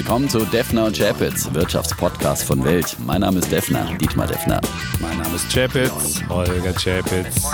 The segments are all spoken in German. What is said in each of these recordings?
willkommen zu Defner und Chapitz, Wirtschaftspodcast von Welt. Mein Name ist Defner, Dietmar Defner. Mein Name ist Chapitz, Holger Chapitz.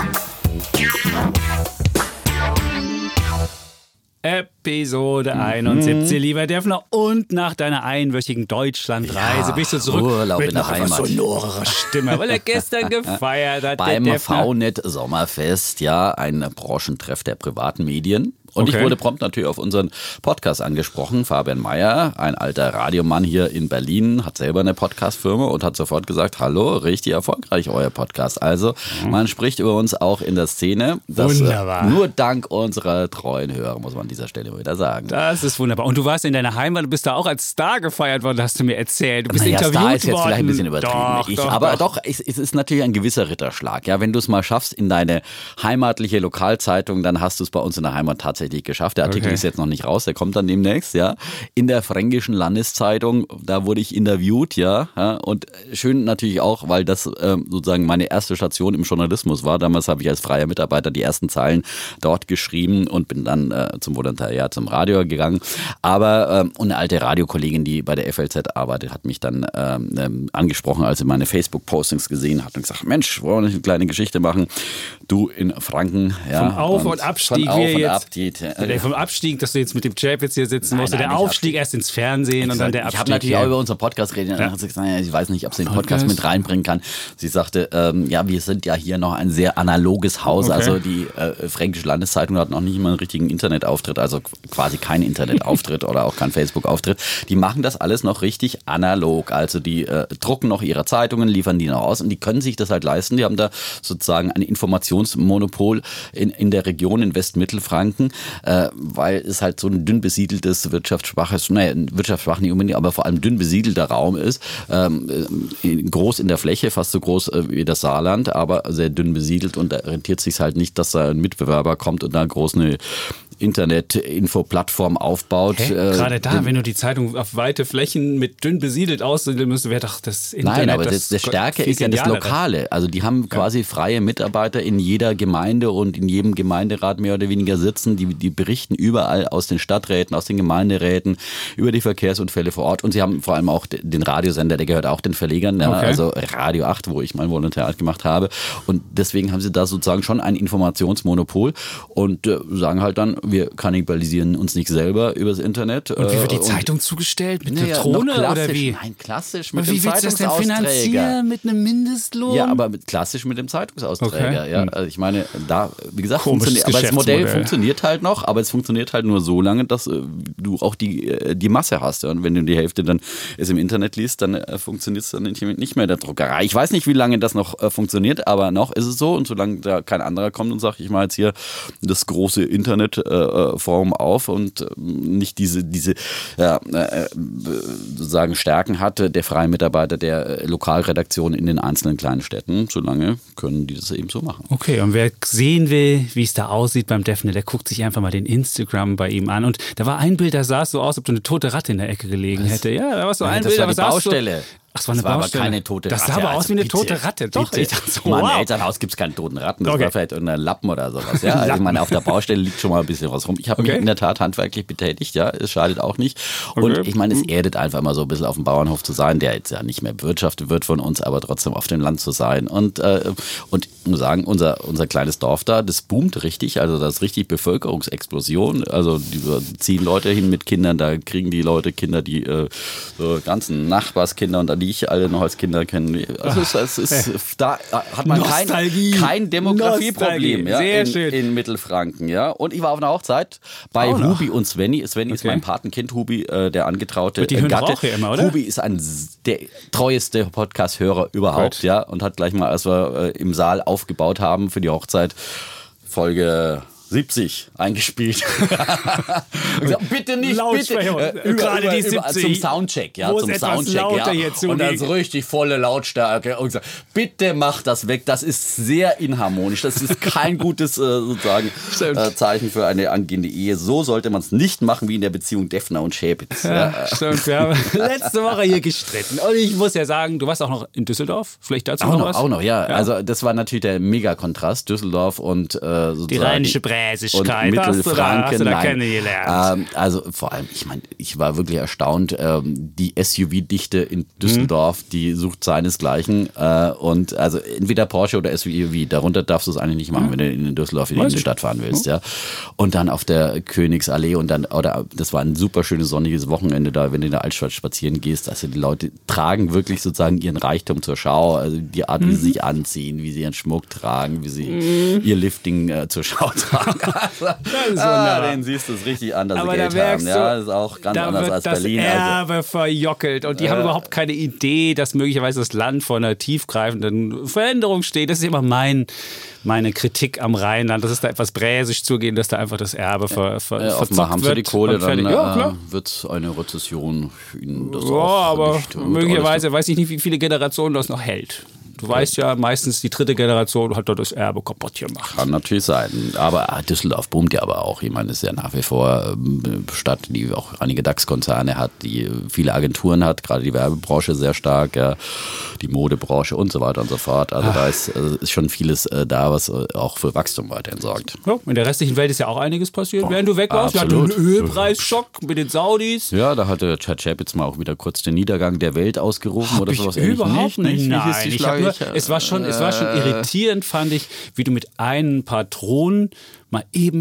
Episode 71, lieber Defner. Und nach deiner einwöchigen Deutschlandreise bist du zurück Urlaub mit in der noch Heimat. sonorer Stimme, weil er gestern gefeiert hat. Beim der Defner. VNet Sommerfest, ja, ein Branchentreff der privaten Medien. Und Okay. ich wurde prompt natürlich auf unseren Podcast angesprochen. Fabian Mayer, ein alter Radiomann hier in Berlin, hat selber eine Podcastfirma und hat sofort gesagt, hallo, richtig erfolgreich euer Podcast. Also man spricht über uns auch in der Szene. Das, Wunderbar. nur dank unserer treuen Hörer, muss man an dieser Stelle wieder sagen. Das ist wunderbar. Und du warst in deiner Heimat, du bist da auch als Star gefeiert worden, hast du mir erzählt. Du bist Naja, interviewt Star ist jetzt worden. vielleicht ein bisschen übertrieben. Doch. Es ist natürlich ein gewisser Ritterschlag. Ja, wenn du es mal schaffst in deine heimatliche Lokalzeitung, dann hast du es bei uns in der Heimat tatsächlich geschafft. Der Artikel Okay. ist jetzt noch nicht raus, der kommt dann demnächst, ja. In der Fränkischen Landeszeitung, da wurde ich interviewt, ja. Und schön natürlich auch, weil das sozusagen meine erste Station im Journalismus war. Damals habe ich als freier Mitarbeiter die ersten Zeilen dort geschrieben und bin dann zum Volontariat zum Radio gegangen. Aber und eine alte Radiokollegin, die bei der FLZ arbeitet, hat mich dann angesprochen, als sie meine Facebook-Postings gesehen hat und gesagt, Mensch, wollen wir nicht eine kleine Geschichte machen? Du in Franken, ja. Vom Auf- und Abstieg, Von Auf- wie und jetzt- Abstieg. Vom Abstieg, dass du jetzt mit dem Chapitz hier sitzen musst. Nein, Der nicht Aufstieg Abstieg. erst ins Fernsehen und dann der Abstieg. Ich habe natürlich hier. auch über unseren Podcast geredet. Dann hat sie gesagt, naja, ich weiß nicht, ob sie den Podcast mit reinbringen kann. Sie sagte, ja, wir sind ja hier noch ein sehr analoges Haus. Okay. Also die Fränkische Landeszeitung hat noch nicht mal einen richtigen Internetauftritt, also quasi keinen Internetauftritt oder auch keinen Facebook-Auftritt. Die machen das alles noch richtig analog. Also die drucken noch ihre Zeitungen, liefern die noch aus und die können sich das halt leisten. Die haben da sozusagen ein Informationsmonopol in der Region in Westmittelfranken, weil es halt so ein dünn besiedeltes, wirtschaftsschwaches, wirtschaftsschwach nicht unbedingt, aber vor allem dünn besiedelter Raum ist. Groß in der Fläche, fast so groß wie das Saarland, aber sehr dünn besiedelt und da rentiert sich halt nicht, dass da ein Mitbewerber kommt und da groß eine Internet-Info-Plattform aufbaut. Gerade da, wenn du die Zeitung auf weite Flächen mit dünn besiedelt aussiedeln müsste, wäre doch das Internet. Nein, aber das Stärke viel ist ja das genialere. Lokale. Also die haben quasi freie Mitarbeiter in jeder Gemeinde und in jedem Gemeinderat mehr oder weniger sitzen. Die berichten überall aus den Stadträten, aus den Gemeinderäten über die Verkehrsunfälle vor Ort. Und sie haben vor allem auch den Radiosender, der gehört auch den Verlegern, ja, Okay. also Radio 8, wo ich mein Volontariat gemacht habe. Und deswegen haben sie da sozusagen schon ein Informationsmonopol und sagen halt dann, wir kannibalisieren uns nicht selber übers Internet. Und wie wird die Zeitung zugestellt? Mit einer Drohne oder wie? Nein, klassisch Aber mit dem wie willst du das denn Zeitungsausträger. finanzieren? Mit einem Mindestlohn? Ja, aber klassisch mit dem Zeitungsausträger. Okay. Ja, also ich meine, da, wie gesagt, Komisches funktioniert, aber das Modell Geschäftsmodell. funktioniert halt noch, aber es funktioniert halt nur so lange, dass du auch die Masse hast. Ja? Und wenn du die Hälfte dann es im Internet liest, dann funktioniert es dann nicht mehr in der Druckerei. Ich weiß nicht, wie lange das noch funktioniert, aber noch ist es so. Und solange da kein anderer kommt und sagt, ich mache jetzt hier das große Internetforum auf und nicht diese sozusagen Stärken hat, der freie Mitarbeiter der Lokalredaktion in den einzelnen kleinen Städten, solange können die das eben so machen. Okay, und wer sehen will, wie es da aussieht beim Defner, der guckt sich einfach mal den Instagram bei ihm an. Und da war ein Bild, da sah es so aus, als ob eine tote Ratte in der Ecke gelegen hätte. Ja, da war so ein das Bild, war aber die sah Baustelle. So, ach, es war eine Das war Baustelle. aber keine tote Das Ratte. sah aber aus Also wie eine bitte, tote Ratte. Doch, bitte. ich dachte so, In meinem wow. Elternhaus gibt es keine toten Ratten. Das Okay. war vielleicht irgendein Lappen oder sowas. Ja? Also ich meine, auf der Baustelle liegt schon mal ein bisschen was rum. Ich habe mich Okay. in der Tat handwerklich betätigt. Ja, es schadet auch nicht. Und ich meine, es erdet einfach immer so ein bisschen auf dem Bauernhof zu sein, der jetzt ja nicht mehr bewirtschaftet wird von uns, aber trotzdem auf dem Land zu sein. Und ich muss sagen, unser kleines Dorf da, das boomt richtig. Also das ist richtig Bevölkerungsexplosion. Also die ziehen Leute hin mit Kindern, da kriegen die Leute Kinder, die so ganzen Nachbarskinder und die ich alle noch als Kinder kenne. Also es ist, da hat man Nostalgie. kein Demografieproblem, Nostalgie. ja, Sehr schön. in Mittelfranken. Ja. Und ich war auf einer Hochzeit bei Auch noch. Hubi und Svenny. Svenny ist mein Patenkind, Hubi, der angetraute Wird die hören Gatte. auch hier immer, oder? Hubi ist der treueste Podcast-Hörer überhaupt, Gut. ja, und hat gleich mal, als wir im Saal aufgebaut haben für die Hochzeit, Folge 70 eingespielt. Und gesagt, bitte nicht, Lautsprecher. bitte. Gerade die 70. Zum Soundcheck, ja, Wo es zum etwas Soundcheck, lauter ja. jetzt Und dann zuging. so richtig volle Lautstärke und gesagt, bitte mach das weg. Das ist sehr inharmonisch. Das ist kein gutes sozusagen Zeichen für eine angehende Ehe. So sollte man es nicht machen wie in der Beziehung Defner und Chapitz. Ja. Stimmt, wir haben letzte Woche hier gestritten. Und ich muss ja sagen, du warst auch noch in Düsseldorf. Vielleicht dazu noch was? Auch noch, ja. Also das war natürlich der Mega-Kontrast. Düsseldorf und sozusagen Die rheinische Präge. Bräsigkeit Mittelfranken. hast du da kennengelernt? Also vor allem, ich war wirklich erstaunt. Die SUV-Dichte in Düsseldorf, die sucht seinesgleichen. Und also entweder Porsche oder SUV, darunter darfst du es eigentlich nicht machen, wenn du in Düsseldorf in die Stadt fahren willst. Ja. Und dann auf der Königsallee das war ein super schönes sonniges Wochenende da, wenn du in der Altstadt spazieren gehst. Also die Leute tragen wirklich sozusagen ihren Reichtum zur Schau. Also die Art, wie sie sich anziehen, wie sie ihren Schmuck tragen, wie sie ihr Lifting zur Schau tragen. Also, den siehst du es richtig an, dass sie Geld haben. Ja, das ist auch ganz anders als Berlin. Das Erbe verjockelt und die haben überhaupt keine Idee, dass möglicherweise das Land vor einer tiefgreifenden Veränderung steht. Das ist immer meine Kritik am Rheinland, dass es da etwas bräsig zugeht, dass da einfach das Erbe verzockt haben sie wird. Die Kohle, dann wird es eine Rezession. Aber möglicherweise weiß ich nicht, wie viele Generationen das noch hält. Du weißt ja, meistens die dritte Generation hat dort das Erbe kaputt gemacht. Kann natürlich sein. Aber Düsseldorf boomt ja aber auch. Ich meine, es ist ja nach wie vor eine Stadt, die auch einige DAX-Konzerne hat, die viele Agenturen hat, gerade die Werbebranche sehr stark, ja, die Modebranche und so weiter und so fort. Also da ist schon vieles da, was auch für Wachstum weiterhin sorgt. Ja, in der restlichen Welt ist ja auch einiges passiert, während du weg warst. Wir hatten einen Ölpreisschock mit den Saudis. Ja, da hatte Chad Chapitz mal auch wieder kurz den Niedergang der Welt ausgerufen oder sowas. Überhaupt nicht. Nein, es war schon irritierend, fand ich, wie du mit ein paar Patronen mal eben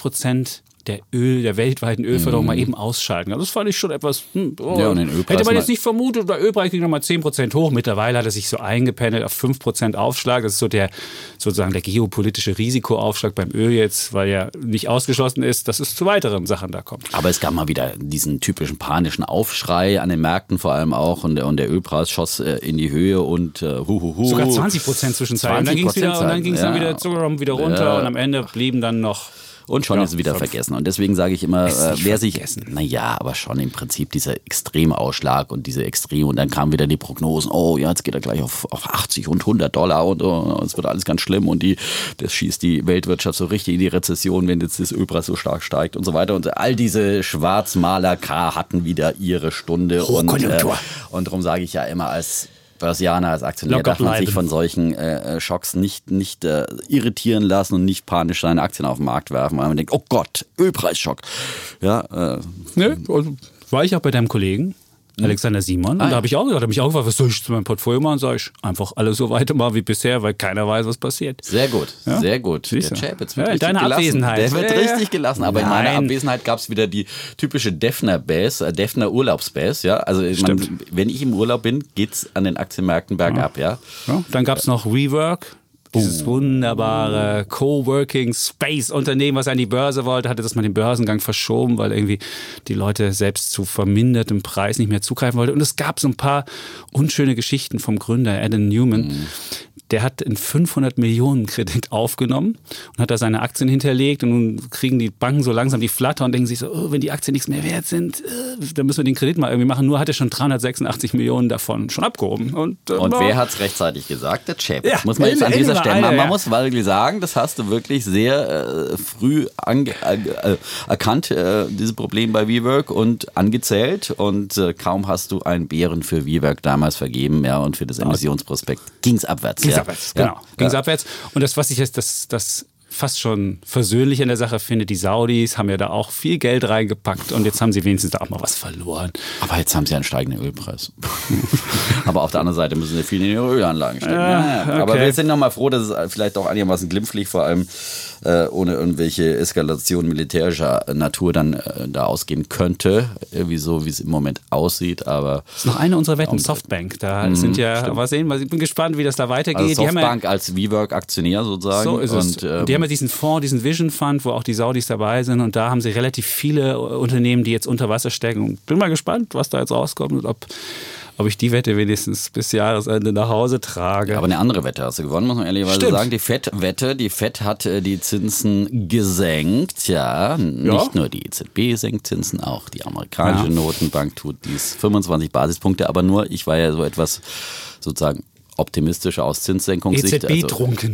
5% der weltweiten Ölförderung mal eben ausschalten. Also das fand ich schon etwas, hätte man jetzt nicht vermutet, der Ölpreis ging nochmal 10% hoch. Mittlerweile hat er sich so eingependelt auf 5% Aufschlag. Das ist sozusagen der geopolitische Risikoaufschlag beim Öl jetzt, weil ja nicht ausgeschlossen ist, dass es zu weiteren Sachen da kommt. Aber es gab mal wieder diesen typischen panischen Aufschrei an den Märkten vor allem auch und der Ölpreis schoss in die Höhe und sogar 20% zwischenzeitlich. Und dann ging es dann wieder wieder runter und am Ende blieben dann noch. Und schon ist es wieder vergessen. Und deswegen sage ich immer, wer sich, aber schon im Prinzip dieser Extremausschlag und diese Extrem und dann kamen wieder die Prognosen, jetzt geht er gleich auf 80 und $100 und es wird alles ganz schlimm und das schießt die Weltwirtschaft so richtig in die Rezession, wenn jetzt das Ölpreis so stark steigt und so weiter. Und all diese Schwarzmaler hatten wieder ihre Stunde. Hochkonjunktur. Und darum sage ich ja immer als Börsianer, als Aktionär darf man sich von solchen Schocks nicht irritieren lassen und nicht panisch seine Aktien auf den Markt werfen, weil man denkt, oh Gott, Ölpreisschock. Ja, also war ich auch bei deinem Kollegen Alexander Simon. Und da habe ich auch gesagt, was soll ich zu meinem Portfolio machen? Sag ich, einfach alles so weitermachen wie bisher, weil keiner weiß, was passiert. Sehr gut, sehr gut. Der Chapitz wird deine Abwesenheit. Der wird richtig gelassen. Aber in meiner Abwesenheit gab es wieder die typische Defner Urlaubsbass. Ja? Also wenn ich im Urlaub bin, geht's an den Aktienmärkten bergab. Ja? Dann gab es noch Rework. Dieses wunderbare Coworking-Space-Unternehmen, was an die Börse wollte, hatte das mal den Börsengang verschoben, weil irgendwie die Leute selbst zu vermindertem Preis nicht mehr zugreifen wollten. Und es gab so ein paar unschöne Geschichten vom Gründer Adam Newman. Der hat einen 500 Millionen Kredit aufgenommen und hat da seine Aktien hinterlegt und nun kriegen die Banken so langsam die Flatter und denken sich so, wenn die Aktien nichts mehr wert sind, dann müssen wir den Kredit mal irgendwie machen. Nur hat er schon 386 Millionen davon schon abgehoben. Und wer hat es rechtzeitig gesagt? Der Chapitz. Muss man jetzt an dieser Stelle machen. Man muss wirklich sagen, das hast du wirklich sehr früh erkannt, dieses Problem bei WeWork und angezählt und kaum hast du einen Bären für WeWork damals vergeben, ja, und für das Emissionsprospekt ging es abwärts. Ging es abwärts. Und das, was ich jetzt das fast schon versöhnlich in der Sache finde, die Saudis haben ja da auch viel Geld reingepackt und jetzt haben sie wenigstens da auch mal was verloren. Aber jetzt haben sie einen steigenden Ölpreis. Aber auf der anderen Seite müssen sie viel in ihre Ölanlagen stecken. Okay. Aber wir sind nochmal froh, dass es vielleicht auch einigermaßen glimpflich, vor allem ohne irgendwelche Eskalation militärischer Natur dann da ausgehen könnte, wie es im Moment aussieht. Aber das ist noch eine unserer Wetten, Softbank. Da sind mal sehen, ich bin gespannt, wie das da weitergeht. Also Softbank als WeWork-Aktionär sozusagen. So ist es. Und die haben ja diesen Fonds, diesen Vision Fund, wo auch die Saudis dabei sind und da haben sie relativ viele Unternehmen, die jetzt unter Wasser stecken. Und bin mal gespannt, was da jetzt rauskommt und ob ich die Wette wenigstens bis Jahresende nach Hause trage. Aber eine andere Wette hast du gewonnen, muss man ehrlicherweise sagen. Die FED-Wette. Die FED hat die Zinsen gesenkt. Ja, nicht nur die EZB senkt Zinsen, auch die amerikanische Notenbank tut dies. 25 Basispunkte, aber ich war ja so etwas sozusagen optimistischer aus Zinssenkungssicht. EZB trunken.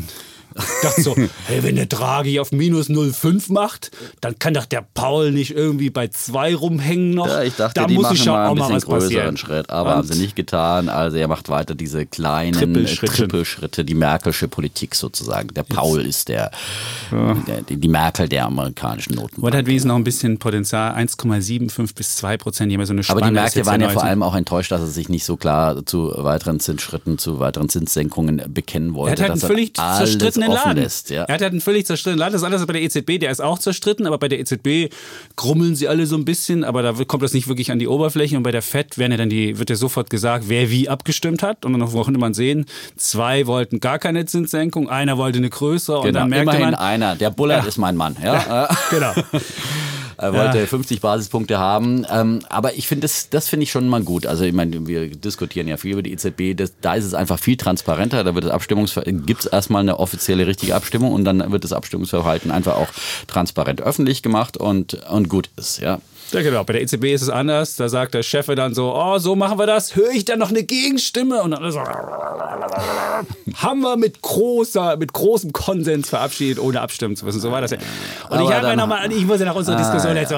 Ich dachte so, hey, wenn der Draghi auf minus 0,5 macht, dann kann doch der Paul nicht irgendwie bei 2 rumhängen noch. Ja, ich dachte, da die muss machen mal ein bisschen was größeren passieren. Schritt, aber haben sie nicht getan. Also er macht weiter diese kleinen Trippelschritte, die Merkelsche Politik sozusagen. Der Paul ist die Merkel der amerikanischen Notenbank. Und hat wenigstens noch ein bisschen Potenzial, 1,75 bis 2%, die haben ja so eine Spanne. Aber die Märkte waren ja vor allem auch enttäuscht, dass er sich nicht so klar zu weiteren Zinsschritten, zu weiteren Zinssenkungen bekennen wollte. Er hat halt einen völlig zerstrittenen Laden. Lässt, ja. Er hat halt einen völlig zerstrittenen Laden. Das ist alles bei der EZB, der ist auch zerstritten, aber bei der EZB grummeln sie alle so ein bisschen, aber da kommt das nicht wirklich an die Oberfläche. Und bei der FED wird ja sofort gesagt, wer wie abgestimmt hat. Und dann konnte man sehen, 2 wollten gar keine Zinssenkung, einer wollte eine größere. Genau, und dann merkte immerhin man, einer. Der Bullard ist mein Mann. Ja? Genau. Er wollte 50 Basispunkte haben. Aber ich finde, das finde ich schon mal gut. Also ich meine, wir diskutieren ja viel über die EZB. Da ist es einfach viel transparenter. Da gibt es erstmal eine offizielle richtige Abstimmung und dann wird das Abstimmungsverhalten einfach auch transparent öffentlich gemacht und gut ist, ja. Ja, genau. Bei der EZB ist es anders. Da sagt der Chef dann so, so machen wir das. Höre ich dann noch eine Gegenstimme? Und dann so, haben wir mit großem Konsens verabschiedet, ohne abstimmen zu müssen. So war das ja. Und ich muss ja nach unserer Diskussion jetzt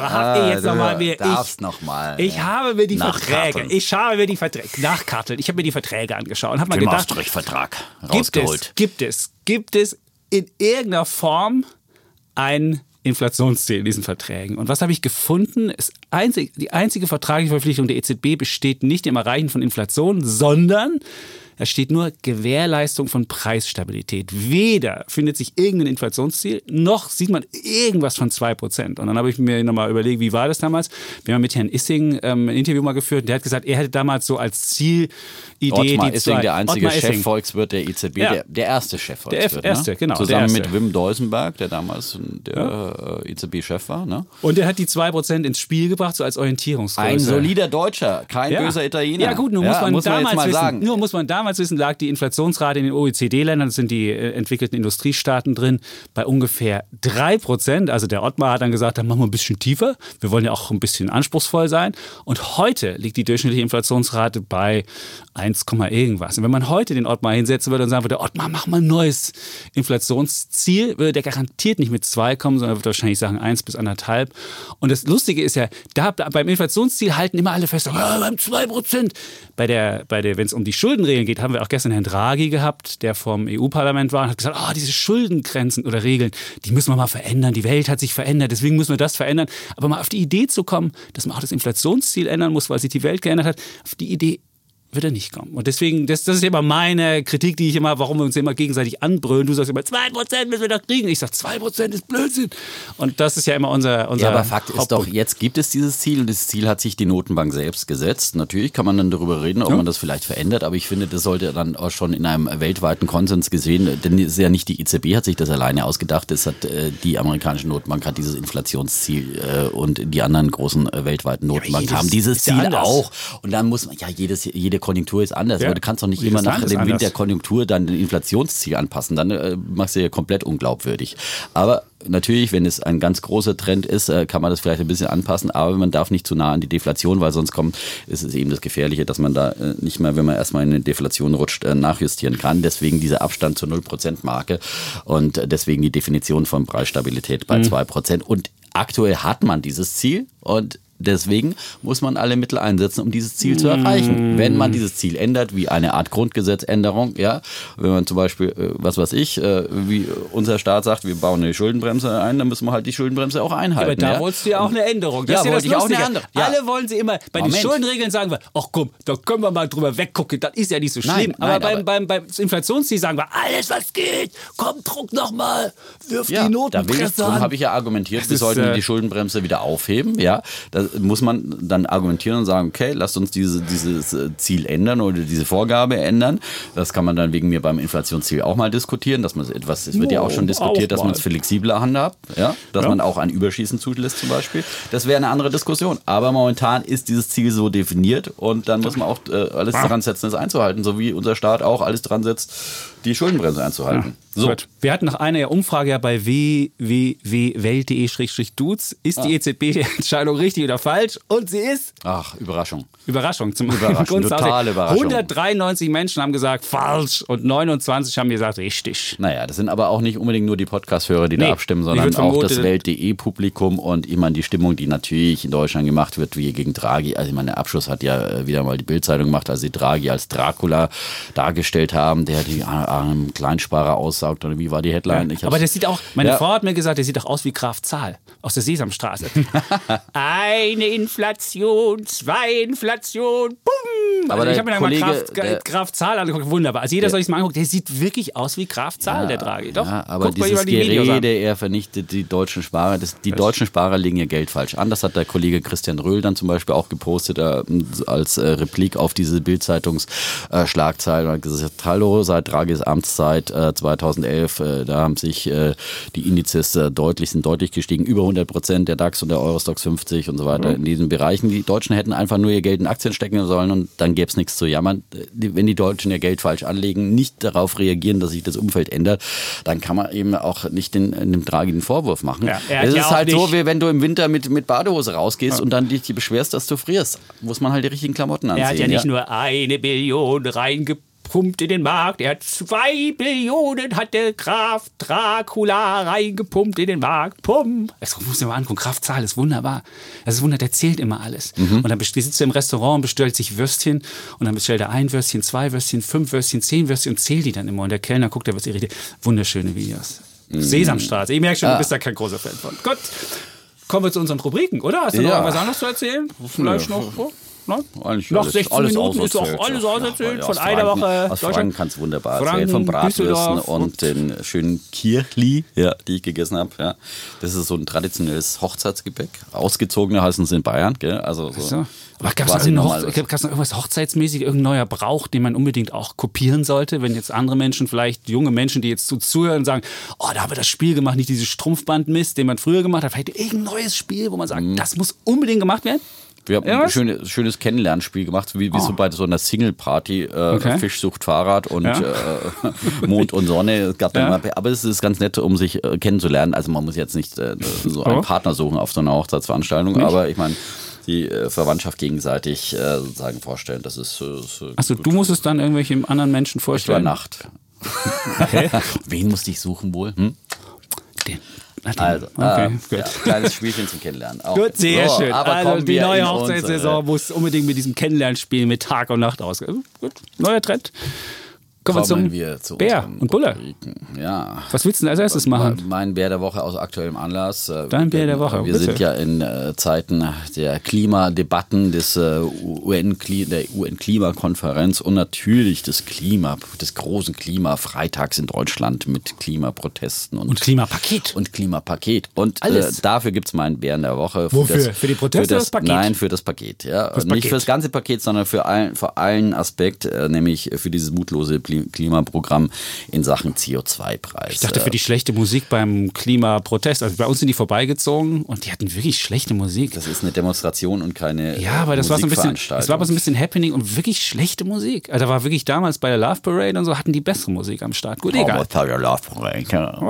ich habe mir die Verträge nachkarteln. Ich habe mir die Verträge angeschaut und habe mal gedacht, Maastricht-Vertrag rausgeholt. Gibt es in irgendeiner Form ein Inflationsziel in diesen Verträgen. Und was habe ich gefunden? Die einzige vertragliche Verpflichtung der EZB besteht nicht im Erreichen von Inflation, sondern da steht nur Gewährleistung von Preisstabilität. Weder findet sich irgendein Inflationsziel, noch sieht man irgendwas von 2%. Und dann habe ich mir nochmal überlegt, wie war das damals? Wir haben mit Herrn Issing ein Interview mal geführt. Der hat gesagt, er hätte damals so als Zielidee Ottmar Issing, der einzige Chefvolkswirt der EZB, der erste Chefvolkswirt. Der erste, genau. Zusammen mit Wim Duisenberg, der damals der EZB-Chef war. Ne? Und der hat die 2% ins Spiel gebracht, so als Orientierungsgröße. Ein solider Deutscher, kein böser Italiener. Ja gut, nur muss man damals wissen, lag die Inflationsrate in den OECD-Ländern, das sind die entwickelten Industriestaaten drin, bei ungefähr 3%. Also der Ottmar hat dann gesagt, dann machen wir ein bisschen tiefer. Wir wollen ja auch ein bisschen anspruchsvoll sein. Und heute liegt die durchschnittliche Inflationsrate bei 1, irgendwas. Und wenn man heute den Ottmar hinsetzen würde und sagen würde, Ottmar, mach mal ein neues Inflationsziel, würde der garantiert nicht mit 2 kommen, sondern würde wahrscheinlich sagen 1 bis 1,5. Und das Lustige ist ja, beim Inflationsziel halten immer alle fest, beim 2%. Wenn es um die Schuldenregeln geht, haben wir auch gestern Herrn Draghi gehabt, der vom EU-Parlament war und hat gesagt, diese Schuldengrenzen oder Regeln, die müssen wir mal verändern. Die Welt hat sich verändert, deswegen müssen wir das verändern. Aber mal auf die Idee zu kommen, dass man auch das Inflationsziel ändern muss, weil sich die Welt geändert hat, auf die Idee wird er nicht kommen. Und deswegen, das ist immer meine Kritik, warum wir uns immer gegenseitig anbrüllen. Du sagst immer, 2% müssen wir doch kriegen. Ich sage, 2% ist Blödsinn. Und das ist ja immer unser aber Fakt ist doch, jetzt gibt es dieses Ziel und dieses Ziel hat sich die Notenbank selbst gesetzt. Natürlich kann man dann darüber reden, ob man das vielleicht verändert, aber ich finde, das sollte dann auch schon in einem weltweiten Konsens gesehen, denn es ist ja nicht die EZB hat sich das alleine ausgedacht, es hat die amerikanische Notenbank hat dieses Inflationsziel und die anderen großen weltweiten Notenbanken haben dieses Ziel auch. Und dann muss man, jede Konjunktur ist anders, aber du kannst doch nicht immer nach dem Wind der Konjunktur dann ein Inflationsziel anpassen, dann machst du ja komplett unglaubwürdig. Aber natürlich, wenn es ein ganz großer Trend ist, kann man das vielleicht ein bisschen anpassen, aber man darf nicht zu nah an die Deflation, weil sonst ist es eben das Gefährliche, dass man da nicht mehr, wenn man erstmal in eine Deflation rutscht, nachjustieren kann. Deswegen dieser Abstand zur 0%-Marke und deswegen die Definition von Preisstabilität bei 2%. Und aktuell hat man dieses Ziel und deswegen muss man alle Mittel einsetzen, um dieses Ziel zu erreichen. Wenn man dieses Ziel ändert, wie eine Art Grundgesetzänderung, wenn man zum Beispiel, wie unser Staat sagt, wir bauen eine Schuldenbremse ein, dann müssen wir halt die Schuldenbremse auch einhalten. Aber da wolltest du ja auch eine Änderung. Das ist ja das Lustige. Alle wollen sie immer, bei den Schuldenregeln sagen wir, ach komm, da können wir mal drüber weggucken, das ist ja nicht so schlimm. Aber beim Inflationsziel sagen wir, alles was geht, komm, druck nochmal, wirf die Notenpresse an. Darum habe ich ja argumentiert, wir sollten die Schuldenbremse wieder aufheben, Da muss man dann argumentieren und sagen, okay, lasst uns dieses Ziel ändern oder diese Vorgabe ändern. Das kann man dann wegen mir beim Inflationsziel auch mal diskutieren, dass man es wird ja auch schon diskutiert, dass man es flexibler handhabt, dass man auch ein Überschießen zulässt zum Beispiel. Das wäre eine andere Diskussion. Aber momentan ist dieses Ziel so definiert und dann muss man auch alles dran setzen, es einzuhalten, so wie unser Staat auch alles dran setzt, die Schuldenbremse einzuhalten. So. Wir hatten nach einer Umfrage bei www.welt.de/dudes, ist die EZB-Entscheidung richtig oder falsch und sie ist... Ach, Überraschung. Überraschung. Totale Überraschung. 193 Menschen haben gesagt falsch und 29 haben gesagt richtig. Naja, das sind aber auch nicht unbedingt nur die Podcast-Hörer, die da abstimmen, sondern auch das Welt.de-Publikum und immer die Stimmung, die natürlich in Deutschland gemacht wird, wie gegen Draghi. Also ich meine, der Abschluss hat ja wieder mal die Bild-Zeitung gemacht, als sie Draghi als Dracula dargestellt haben, der die armen Kleinsparer aussaugt, oder wie war die Headline? Ja, aber der sieht auch, meine Frau hat mir gesagt, der sieht auch aus wie Graf Zahl aus der Sesamstraße. Eine Inflation, zwei Inflation, bumm! Aber ich habe mir Kollege, mal Graf Zahl angeguckt, wunderbar. Also jeder soll sich mal angucken, der sieht wirklich aus wie Graf Zahl, der Draghi. Doch, ja, aber dieses Gerede, er vernichtet die deutschen Sparer. Die deutschen Sparer legen ihr Geld falsch an. Das hat der Kollege Christian Röhl dann zum Beispiel auch gepostet als Replik auf diese Bild-Zeitungs-Schlagzeile. Er hat gesagt, hallo, seit Draghis Amtszeit 2011, da haben sich die Indizes sind deutlich gestiegen, über 100%, der DAX und der Eurostoxx 50 und so weiter in diesen Bereichen. Die Deutschen hätten einfach nur ihr Geld in Aktien stecken sollen und dann gäbe es nichts zu jammern. Wenn die Deutschen ihr Geld falsch anlegen, nicht darauf reagieren, dass sich das Umfeld ändert, dann kann man eben auch nicht dem Draghi den Vorwurf machen. Ja, es ist halt so, wie wenn du im Winter mit Badehose rausgehst und dann dich beschwerst, dass du frierst. Muss man halt die richtigen Klamotten anziehen. Er hat ja nicht nur 1 Billion reingepumpt in den Markt, er hat 2 Billionen, hat der Graf Dracula reingepumpt in den Markt. Pump. Das muss ich mal angucken. Graf Zahl ist wunderbar. Das ist wunderbar, der zählt immer alles. Und dann sitzt er im Restaurant und bestellt sich Würstchen und dann bestellt er 1 Würstchen, 2 Würstchen, 5 Würstchen, 10 Würstchen und zählt die dann immer. Und der Kellner guckt, der wird irritiert. Wunderschöne Videos. Sesamstraße. Ich merke schon, du bist da kein großer Fan von. Gut, kommen wir zu unseren Rubriken, oder? Hast du noch irgendwas anderes zu erzählen? Vielleicht noch... Noch 16 Minuten ist doch alles auserzählt von einer Woche. Aus Franken kannst du wunderbar erzählen, von Bratwürsten und den schönen Kirchli, die ich gegessen habe. Ja. Das ist so ein traditionelles Hochzeitsgebäck. Ausgezogene heißen es in Bayern. Gell? Also so. Aber gab es noch irgendwas hochzeitsmäßig, irgendein neuer Brauch, den man unbedingt auch kopieren sollte, wenn jetzt andere Menschen, vielleicht junge Menschen, die jetzt zuhören, sagen, oh, da haben wir das Spiel gemacht, nicht dieses Strumpfbandmist, den man früher gemacht hat, vielleicht irgendein neues Spiel, wo man sagt, das muss unbedingt gemacht werden? Wir haben ein schönes Kennenlernspiel gemacht, wie so bei so einer Single-Party, Fisch sucht Fahrrad und Mond und Sonne. Es gab dann aber es ist ganz nett, um sich kennenzulernen. Also man muss jetzt nicht so einen Partner suchen auf so einer Hochzeitsveranstaltung, aber ich meine, die Verwandtschaft gegenseitig sozusagen vorstellen, das ist... Achso, du musst es dann irgendwelchen anderen Menschen vorstellen? Ich war Nacht. Okay. Wen musste ich suchen wohl? Den. Also, kleines Spielchen zum Kennenlernen. Auch. Gut, sehr schön. Aber also die neue Hochzeitssaison muss unbedingt mit diesem Kennenlernspiel mit Tag und Nacht ausgehen. Gut, neuer Trend. Kommen wir zu Bär und Bulle. Ja. Was willst du denn als erstes machen? Mein Bär der Woche aus aktuellem Anlass. Dein Bär der Woche. Wir sind ja in Zeiten der Klimadebatten der UN-Klimakonferenz und natürlich des großen Klimafreitags in Deutschland mit Klimaprotesten und Klimapaket. Und dafür gibt es meinen Bären der Woche. Wofür? Für die Proteste oder das Paket? Nein, für das Paket. Ja. Nicht für das ganze Paket, sondern für einen Aspekt, nämlich für dieses mutlose Klimaprogramm in Sachen CO2-Preis. Ich dachte für die schlechte Musik beim Klimaprotest. Also bei uns sind die vorbeigezogen und die hatten wirklich schlechte Musik. Das ist eine Demonstration und keine aber das war so ein bisschen, es war aber so ein bisschen Happening und wirklich schlechte Musik. Also da war wirklich damals bei der Love Parade und so hatten die bessere Musik am Start. Gut, egal. Bei der Love Parade.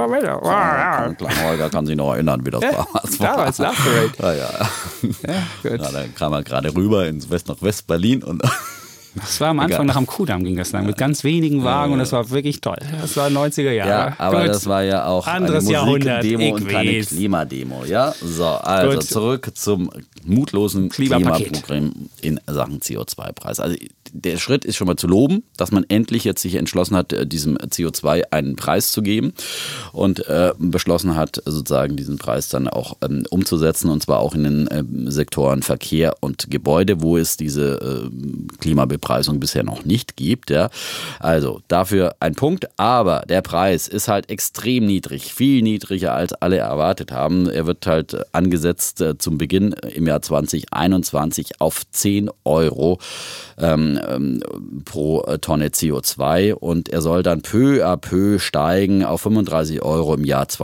Holger kann sich noch erinnern, wie das damals war. Damals Love Parade. Ja, gut. Da kam er gerade rüber nach West-Berlin und das war am Anfang nach am Kudamm ging das lang, mit ganz wenigen Wagen und das war wirklich toll. Das war 90er Jahre. Ja, aber gut. Das war ja auch anderes eine Jahrhundert, Musikdemo und keine Klimademo. Ja, so, also gut. Zurück zum mutlosen Klimaprogramm in Sachen CO2-Preis. Also der Schritt ist schon mal zu loben, dass man endlich jetzt sich entschlossen hat, diesem CO2 einen Preis zu geben und beschlossen hat, sozusagen diesen Preis dann auch umzusetzen und zwar auch in den Sektoren Verkehr und Gebäude, wo es diese Klimabepreisung bisher noch nicht gibt. Ja. Also dafür ein Punkt, aber der Preis ist halt extrem niedrig, viel niedriger als alle erwartet haben. Er wird halt angesetzt zum Beginn im Jahr 2021 auf 10 Euro pro Tonne CO2 und er soll dann peu à peu steigen auf 35 Euro im Jahr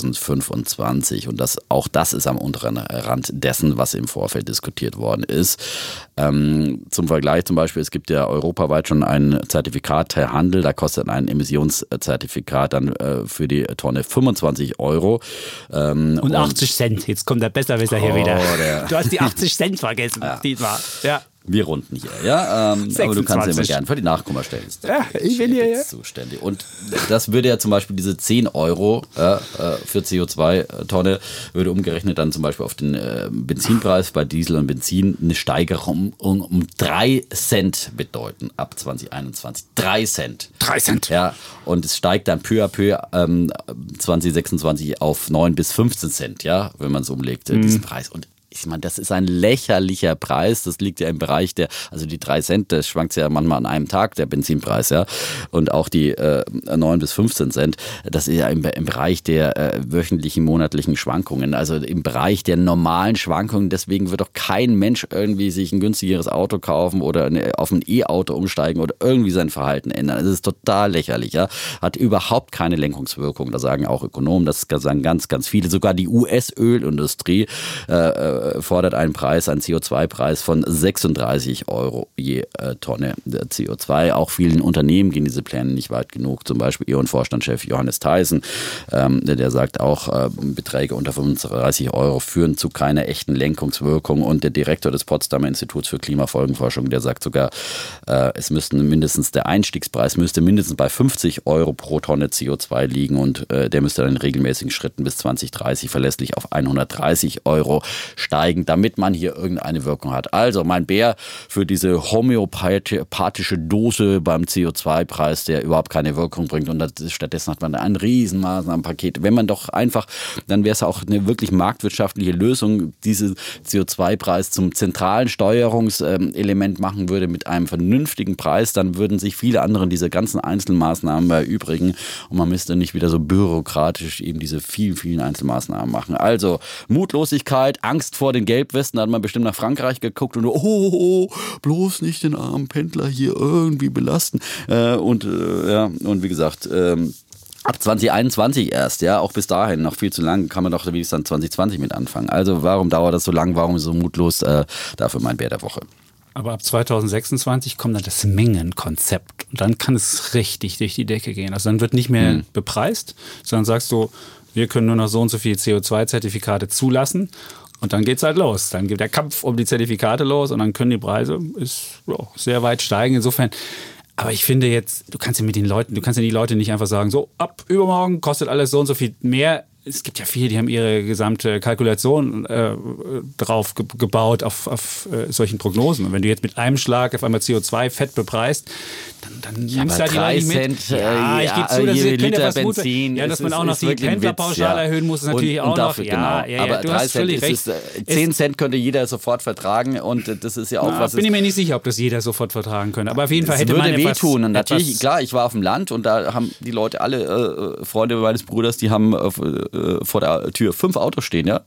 2025 und auch das ist am unteren Rand dessen, was im Vorfeld diskutiert worden ist. Zum Vergleich zum Beispiel, es gibt ja europaweit schon ein Zertifikathandel, da kostet ein Emissionszertifikat dann für die Tonne 25 Euro. Und 80 Cent, jetzt kommt der Besserwisser hier wieder. Du hast die 80 Cent vergessen, Dietmar. Ja. Wir runden hier, ja. Aber du kannst immer gerne für die Nachkommastellen. Ja, ich bin hier, ja. Zuständig. Und das würde ja zum Beispiel diese 10 Euro für CO2-Tonne, würde umgerechnet dann zum Beispiel auf den Benzinpreis bei Diesel und Benzin eine Steigerung um 3 Cent bedeuten ab 2021. 3 Cent. 3 Cent. Ja, und es steigt dann peu à peu 2026 auf 9 bis 15 Cent, ja, wenn man es umlegt, diesen Preis. Und ich meine, das ist ein lächerlicher Preis. Das liegt ja im Bereich also die 3 Cent, das schwankt ja manchmal an einem Tag, der Benzinpreis, ja. Und auch die 9 bis 15 Cent, das ist ja im Bereich der wöchentlichen, monatlichen Schwankungen. Also im Bereich der normalen Schwankungen. Deswegen wird doch kein Mensch irgendwie sich ein günstigeres Auto kaufen oder auf ein E-Auto umsteigen oder irgendwie sein Verhalten ändern. Das ist total lächerlich, ja. Hat überhaupt keine Lenkungswirkung. Da sagen auch Ökonomen, das sagen ganz, ganz viele. Sogar die US-Ölindustrie fordert einen CO2-Preis von 36 Euro je Tonne CO2. Auch vielen Unternehmen gehen diese Pläne nicht weit genug. Zum Beispiel E.ON-Vorstandschef Johannes Theissen, der sagt auch, Beträge unter 35 Euro führen zu keiner echten Lenkungswirkung. Und der Direktor des Potsdamer Instituts für Klimafolgenforschung, der sagt sogar, der Einstiegspreis müsste mindestens bei 50 Euro pro Tonne CO2 liegen und der müsste dann in regelmäßigen Schritten bis 2030 verlässlich auf 130 Euro steigen, damit man hier irgendeine Wirkung hat. Also mein Bär für diese homöopathische Dose beim CO2-Preis, der überhaupt keine Wirkung bringt und stattdessen hat man ein Riesenmaßnahmenpaket. Wenn man doch einfach, dann wäre es auch eine wirklich marktwirtschaftliche Lösung, diesen CO2-Preis zum zentralen Steuerungselement machen würde mit einem vernünftigen Preis, dann würden sich viele andere diese ganzen Einzelmaßnahmen erübrigen und man müsste nicht wieder so bürokratisch eben diese vielen, vielen Einzelmaßnahmen machen. Also Mutlosigkeit, Angst vor den Gelbwesten, da hat man bestimmt nach Frankreich geguckt und bloß nicht den armen Pendler hier irgendwie belasten. Und wie gesagt, ab 2021 erst, ja, auch bis dahin noch viel zu lang, kann man doch wenigstens dann 2020 mit anfangen. Also warum dauert das so lang, warum so mutlos? Dafür mein Bär der Woche. Aber ab 2026 kommt dann das Mengenkonzept und dann kann es richtig durch die Decke gehen. Also dann wird nicht mehr bepreist, sondern sagst du, wir können nur noch so und so viele CO2-Zertifikate zulassen. Und dann geht's halt los. Dann geht der Kampf um die Zertifikate los und dann können die Preise sehr weit steigen. Insofern, aber ich finde jetzt, du kannst ja die Leute nicht einfach sagen, so ab übermorgen kostet alles so und so viel mehr. Es gibt ja viele, die haben ihre gesamte Kalkulation drauf gebaut auf solchen Prognosen. Und wenn du jetzt mit einem Schlag auf einmal CO2 fett bepreist, dann nimmst du halt die Leute nicht mit. Ich gebe zu, dass Liter Benzin, dass man auch noch die Pendlerpauschale erhöhen muss, ist natürlich auch noch. Aber du 3 hast Cent völlig recht. 10 Cent könnte jeder sofort vertragen und das ist ja auch was. Bin ich mir nicht sicher, ob das jeder sofort vertragen könnte. Aber auf jeden Fall hätte man etwas... würde wehtun. Und natürlich, klar, ich war auf dem Land und da haben die Leute, alle Freunde meines Bruders, die haben vor der Tür 5 Autos stehen, ja.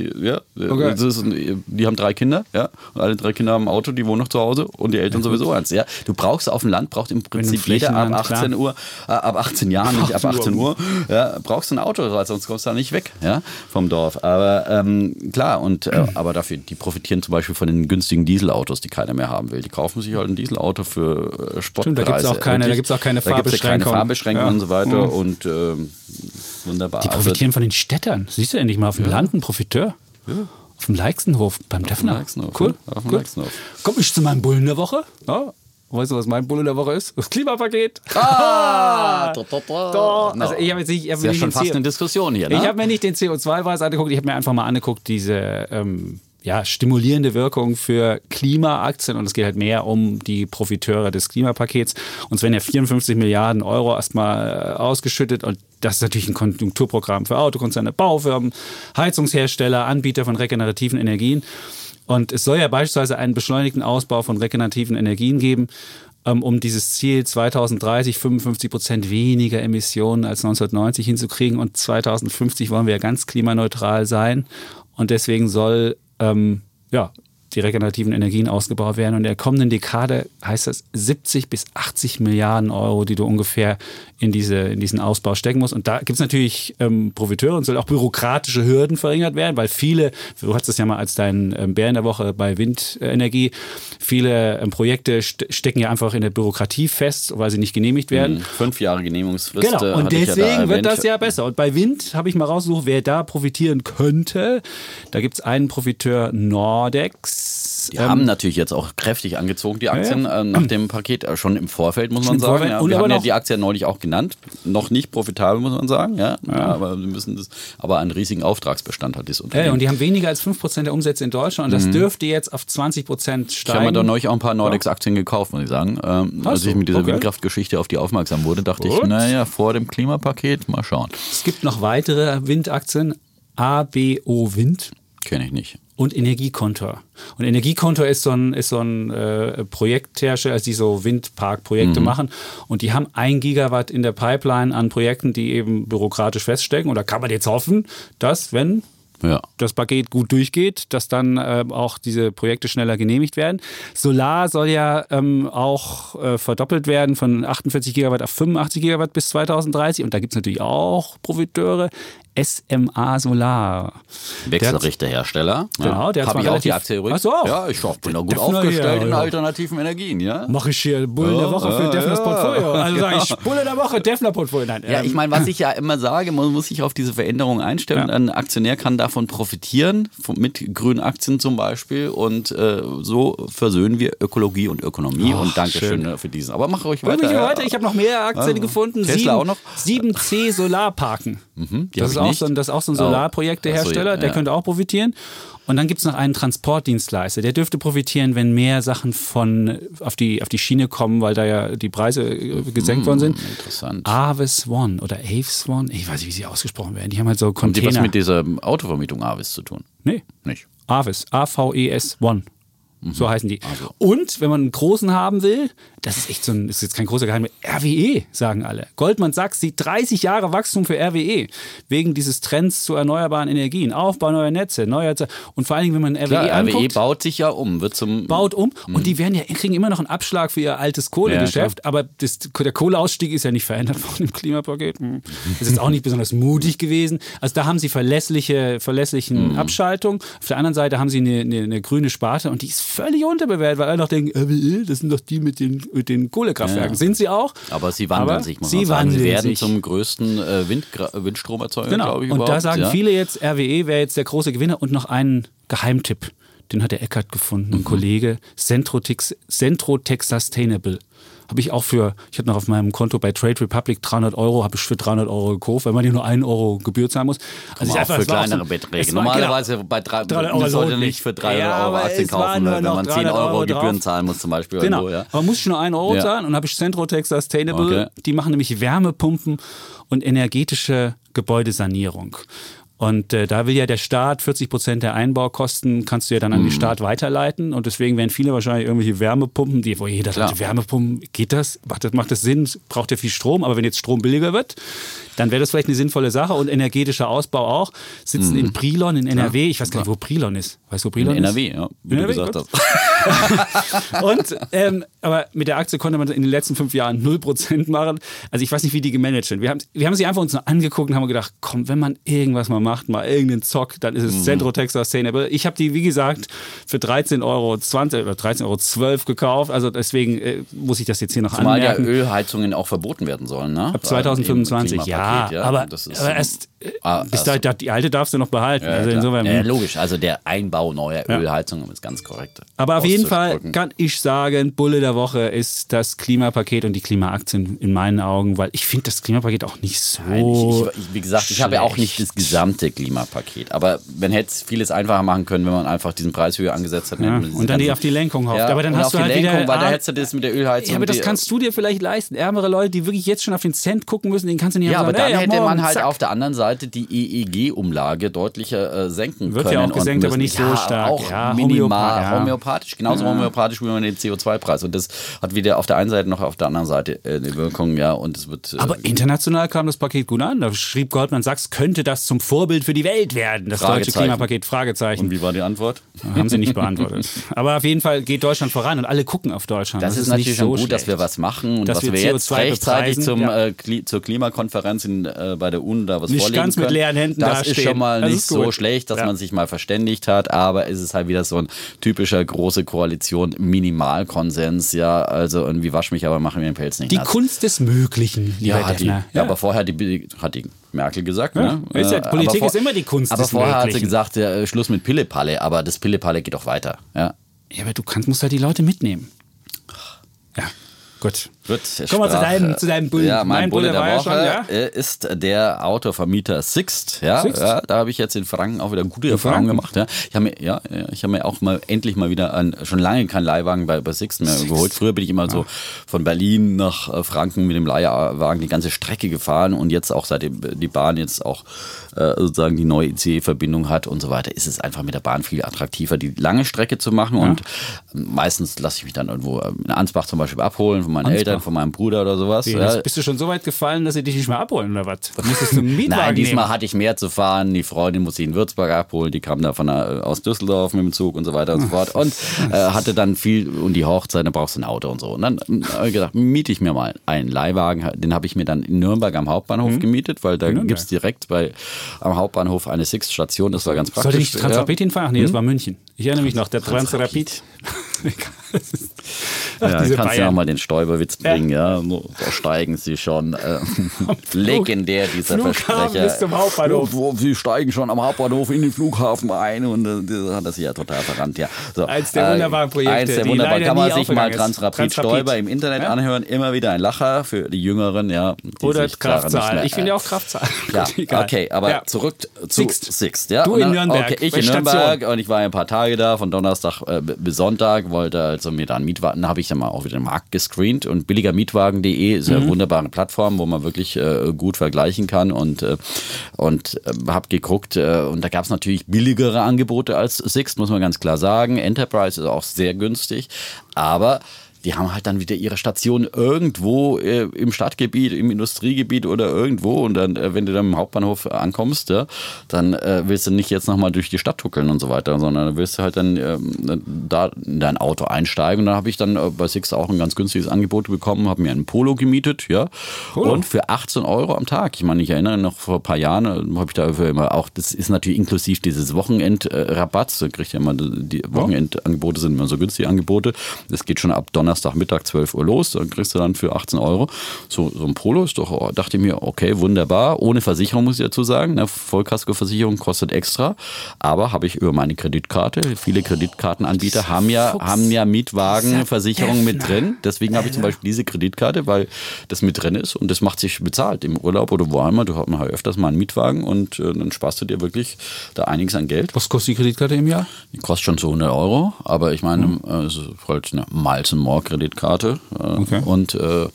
Die haben 3 Kinder, ja. Und alle 3 Kinder haben ein Auto, die wohnen noch zu Hause und die Eltern sowieso eins, ja. Du brauchst auf dem Land, braucht im Prinzip jeder ab 18 Uhr, ab 18 Jahren, nicht ab 18 Uhr, ja, brauchst du ein Auto, sonst kommst du da nicht weg, ja, vom Dorf. Aber klar, aber dafür, die profitieren zum Beispiel von den günstigen Dieselautos, die keiner mehr haben will. Die kaufen sich halt ein Dieselauto für Spottpreise. Da gibt es auch keine Fahrbeschränkungen und so weiter und wunderbar. Die profitieren von den Städtern. Siehst du endlich mal auf dem Land einen Profiteur? Ja. Auf dem Leixenhof beim Defner. Cool. Auf dem Leixenhof. Komm ich zu meinem Bullen der Woche? Ja. Weißt du, was mein Bullen der Woche ist? Das Klimapaket. Also ich habe jetzt nicht, das ist ja schon fast eine Diskussion hier. Ne? Ich habe mir nicht den CO2-Preis angeguckt. Ich habe mir einfach mal angeguckt, diese stimulierende Wirkung für Klimaaktien und es geht halt mehr um die Profiteure des Klimapakets. Uns werden ja 54 Milliarden Euro erstmal ausgeschüttet und das ist natürlich ein Konjunkturprogramm für Autokonzerne, Baufirmen, Heizungshersteller, Anbieter von regenerativen Energien. Und es soll ja beispielsweise einen beschleunigten Ausbau von regenerativen Energien geben, um dieses Ziel 2030 55% weniger Emissionen als 1990 hinzukriegen. Und 2050 wollen wir ja ganz klimaneutral sein. Und deswegen soll die regenerativen Energien ausgebaut werden. Und in der kommenden Dekade heißt das 70 bis 80 Milliarden Euro, die du ungefähr in diesen Ausbau stecken musst. Und da gibt es natürlich Profiteure und soll auch bürokratische Hürden verringert werden, weil viele, du hattest das ja mal als dein Bär in der Woche bei Windenergie, viele Projekte stecken ja einfach in der Bürokratie fest, weil sie nicht genehmigt werden. 5 Jahre Genehmigungsfrist. Genau, und deswegen wird das ja besser. Und bei Wind habe ich mal rausgesucht, wer da profitieren könnte. Da gibt es einen Profiteur, Nordex. Die haben natürlich jetzt auch kräftig angezogen, die Aktien, nach dem Paket, schon im Vorfeld, muss man sagen. Ja, wir haben ja die Aktie neulich auch genannt. Noch nicht profitabel, muss man sagen. Ja, aber sie müssen das, aber einen riesigen Auftragsbestand hat dieses Unternehmen. Und die haben weniger als 5% der Umsätze in Deutschland und das dürfte jetzt auf 20% steigen. Ich habe mir da neulich auch ein paar Nordex-Aktien gekauft, muss ich sagen. Als ich mit dieser Windkraftgeschichte auf die aufmerksam wurde, dachte ich, naja, vor dem Klimapaket, mal schauen. Es gibt noch weitere Windaktien, ABO Wind. Kenne ich nicht. Und Energiekontor. Und Energiekontor ist so ein Projekthersteller, also die so Windparkprojekte machen. Und die haben 1 Gigawatt in der Pipeline an Projekten, die eben bürokratisch feststecken. Und da kann man jetzt hoffen, dass, wenn das Paket gut durchgeht, dass dann auch diese Projekte schneller genehmigt werden. Solar soll ja auch verdoppelt werden von 48 Gigawatt auf 85 Gigawatt bis 2030. Und da gibt es natürlich auch Profiteure. SMA Solar. Wechselrichterhersteller. Genau, der hat habe ich auch die Aktie übrigens. Ach so. Ja, ich bin da gut aufgestellt in alternativen Energien. Ja? Mache ich hier Bullen der Woche für Defners Portfolio. Also sage ich, Bulle der Woche, Defner Portfolio. Nein, ja, ich meine, was ich ja immer sage, man muss sich auf diese Veränderung einstellen. Ja. Ein Aktionär kann davon profitieren, mit grünen Aktien zum Beispiel. Und so versöhnen wir Ökologie und Ökonomie. Und Dankeschön für diesen. Aber mach ruhig weiter. Ich habe noch mehr Aktien gefunden. Tesla auch noch? 7C Solarparken. Das ist auch so ein Solarprojektehersteller, der könnte auch profitieren. Und dann gibt es noch einen Transportdienstleister, der dürfte profitieren, wenn mehr Sachen auf die Schiene kommen, weil da ja die Preise gesenkt worden sind. Interessant. Avis One oder Avis One, ich weiß nicht, wie sie ausgesprochen werden. Die haben halt so Container. Haben die was mit dieser Autovermietung Avis zu tun? Nee. Nicht. Avis, AVES One. So heißen die. Also. Und wenn man einen großen haben will, das ist echt ist jetzt kein großer Geheimnis, RWE, sagen alle. Goldman Sachs sieht 30 Jahre Wachstum für RWE, wegen dieses Trends zu erneuerbaren Energien, Aufbau neuer Netze, und vor allen Dingen, wenn man RWE anguckt. RWE baut sich ja um, und die kriegen immer noch einen Abschlag für ihr altes Kohlegeschäft, aber der Kohleausstieg ist ja nicht verändert worden im Klimapaket. Das ist auch nicht besonders mutig gewesen. Also da haben sie verlässlichen Abschaltung. Auf der anderen Seite haben sie eine grüne Sparte und die ist völlig unterbewertet, weil alle noch denken, RWE, das sind doch die mit den Kohlekraftwerken. Sind sie auch. Aber sie wandeln sich, muss man sagen. Sie werden zum größten Windstromerzeuger, glaube ich. Und da sagen viele jetzt, RWE wäre jetzt der große Gewinner. Und noch einen Geheimtipp, den hat der Eckert gefunden, ein Kollege, Centrotech Sustainable. Ich hatte noch auf meinem Konto bei Trade Republic 300 Euro, habe ich für 300 Euro gekauft, weil man hier nur 1 Euro Gebühr zahlen muss. Also auch für kleinere Beträge. Normalerweise bei 300 Euro sollte nicht für 300 Euro Aktien kaufen, wenn man 10 Euro Gebühren zahlen muss zum Beispiel. Genau, aber muss ich nur 1 Euro zahlen und habe ich Centrotech Sustainable. Die machen nämlich Wärmepumpen und energetische Gebäudesanierung. Und da will ja der Staat 40% der Einbaukosten kannst du ja dann an den Staat weiterleiten. Und deswegen werden viele wahrscheinlich irgendwelche Wärmepumpen, wo jeder sagt, Wärmepumpen, geht das? Macht das Sinn? Braucht ja viel Strom? Aber wenn jetzt Strom billiger wird, dann wäre das vielleicht eine sinnvolle Sache. Und energetischer Ausbau auch. Sitzen in Brilon, in NRW. Ich weiß gar nicht, wo Brilon ist. Weißt du, wo Brilon ist? In NRW, ja. Wie du gesagt hast. Und, aber mit der Aktie konnte man in den letzten 5 Jahren 0% machen. Also ich weiß nicht, wie die gemanagt sind. Wir haben sie einfach uns nur angeguckt und haben gedacht, komm, wenn man irgendwas mal macht, mal irgendeinen Zock, dann ist es Centrotech Sustainable. Ich habe die, wie gesagt, für 13,20 Euro oder 13,12 Euro gekauft. Also deswegen muss ich das jetzt hier noch anmerken. Zumal ja Ölheizungen auch verboten werden sollen, ne? Ab 2025, ja. Aber erst die alte darfst du noch behalten. Ja, also insofern, logisch, also der Einbau neuer Ölheizungen ist ganz korrekt. Aber auf jeden Fall kann ich sagen, Bulle der Woche ist das Klimapaket und die Klimaaktien in meinen Augen, weil ich finde das Klimapaket auch nicht so. Nein, wie gesagt, ich habe ja auch nicht das gesamte Klimapaket. Aber man hätte es vieles einfacher machen können, wenn man einfach diesen Preis höher angesetzt hat. Ja, und dann auf die Lenkung hofft. Aber dann hast du halt Lenkung, weil da hättest du das mit der Ölheizung. Ja, aber das kannst du dir vielleicht leisten. Ärmere Leute, die wirklich jetzt schon auf den Cent gucken müssen, den kannst du nicht aber dann hätte man halt auf der anderen Seite die EEG-Umlage deutlicher senken können. Wird ja auch gesenkt, aber nicht so stark. Auch minimal, homöopathisch. Genauso homöopathisch wie man den CO2-Preis. Und das hat wieder auf der einen Seite noch auf der anderen Seite eine Wirkung. Ja, und es wird, aber international kam das Paket gut an. Da schrieb Goldman Sachs, könnte das zum Vorbild Vorbild für die Welt werden, das deutsche Klimapaket, Fragezeichen. Und wie war die Antwort? Haben sie nicht beantwortet. Aber auf jeden Fall geht Deutschland voran und alle gucken auf Deutschland. Das ist natürlich nicht so gut, schlecht, dass wir was machen und dass wir jetzt rechtzeitig zur Klimakonferenz bei der UNO da was nicht vorlegen ganz können. Mit leeren Händen das ist schon mal nicht so schlecht, dass ja. man sich mal verständigt hat, aber es ist halt wieder so ein typischer große Koalition, Minimalkonsens, ja, also irgendwie wasch mich, aber machen wir den Pelz nicht die nass. Kunst des Möglichen, lieber Defner. Ja, aber vorher hat die Merkel gesagt. Ja, ne? Politik ist immer die Kunst des Möglichen. Aber vorher hat sie gesagt, ja, Schluss mit Pillepalle, aber das Pillepalle geht doch weiter. Ja, aber du musst halt die Leute mitnehmen. Ja, gut. Kommen wir zu deinem Bulle. Ja, mein Bulle der Woche ist der Autovermieter Sixt. Ja, da habe ich jetzt in Franken auch wieder gute Erfahrungen gemacht. Ja. Ich habe mir auch endlich mal wieder schon lange keinen Leihwagen bei Sixt mehr geholt. Früher bin ich immer so von Berlin nach Franken mit dem Leihwagen die ganze Strecke gefahren und jetzt auch seitdem die Bahn jetzt auch sozusagen die neue ICE-Verbindung hat und so weiter, ist es einfach mit der Bahn viel attraktiver, die lange Strecke zu machen und meistens lasse ich mich dann irgendwo in Ansbach zum Beispiel abholen von meinen Eltern, von meinem Bruder oder sowas. Bist du schon so weit gefallen, dass sie dich nicht mehr abholen oder was? Musstest du einen Mietwagen Nein, diesmal nehmen? hatte ich mehr zu fahren. Die Freundin musste ich in Würzburg abholen. Die kam da aus Düsseldorf mit dem Zug und so weiter und so fort. Und hatte dann viel, und die Hochzeit, da brauchst du ein Auto und so. Und dann habe ich gedacht, miete ich mir mal einen Leihwagen. Den habe ich mir dann in Nürnberg am Hauptbahnhof gemietet, weil da gibt es direkt am Hauptbahnhof eine Sixt-Station. Das war ganz praktisch. Sollte ich Transrapid hinfahren? Ach nee, das war München. Ich erinnere mich noch, der Transrapid. Kannst ja auch mal den Stäuberwitz bringen, ja. Da steigen sie schon. Legendär, dieser Versprecher. Bis zum Hauptbahnhof. Sie steigen schon am Hauptbahnhof in den Flughafen ein und das hat er sich ja total verrannt, ja. So, eins der wunderbaren Projekte. Eins der wunderbaren. Kann man sich mal Transrapid Stäuber im Internet anhören. Immer wieder ein Lacher für die Jüngeren, ja. Oder Kraftzahl. Ich finde ja auch Kraftzahl. Ja, okay, aber zurück zu Sixt. Ja. Du in Nürnberg. Okay, ich in Nürnberg und ich war ein paar Tage da, von Donnerstag bis Sonntag, wollte also mir da einen Mietwagen, da habe ich dann mal auch wieder den Markt gescreent und billigermietwagen.de ist eine wunderbare Plattform, wo man wirklich gut vergleichen kann und habe geguckt und da gab es natürlich billigere Angebote als Sixt, muss man ganz klar sagen. Enterprise ist auch sehr günstig, aber die haben halt dann wieder ihre Station irgendwo im Stadtgebiet, im Industriegebiet oder irgendwo und dann, wenn du dann im Hauptbahnhof ankommst, ja, dann willst du nicht jetzt nochmal durch die Stadt tuckeln und so weiter, sondern willst du halt dann da in dein Auto einsteigen und da habe ich dann bei Sixt auch ein ganz günstiges Angebot bekommen, habe mir einen Polo gemietet, ja, und für 18 € am Tag. Ich meine, ich erinnere noch vor ein paar Jahren, habe ich dafür immer auch, das ist natürlich inklusiv dieses Wochenendrabatts, da kriegt ja immer, die Wochenendangebote sind immer so günstige Angebote, das geht schon ab Donnerstagmittag 12 Uhr los, dann kriegst du dann für 18 €. So ein Polo ist doch, dachte ich mir, okay, wunderbar. Ohne Versicherung muss ich dazu sagen. Eine Vollkaskoversicherung kostet extra, aber habe ich über meine Kreditkarte. Viele Kreditkartenanbieter haben ja Mietwagenversicherung mit drin. Deswegen habe ich zum Beispiel diese Kreditkarte, weil das mit drin ist und das macht sich bezahlt im Urlaub oder wo immer. Du hast mal öfters mal einen Mietwagen und dann sparst du dir wirklich da einiges an Geld. Was kostet die Kreditkarte im Jahr? Die kostet schon so 100 €, aber ich meine, es ist halt eine Miles & More Kreditkarte und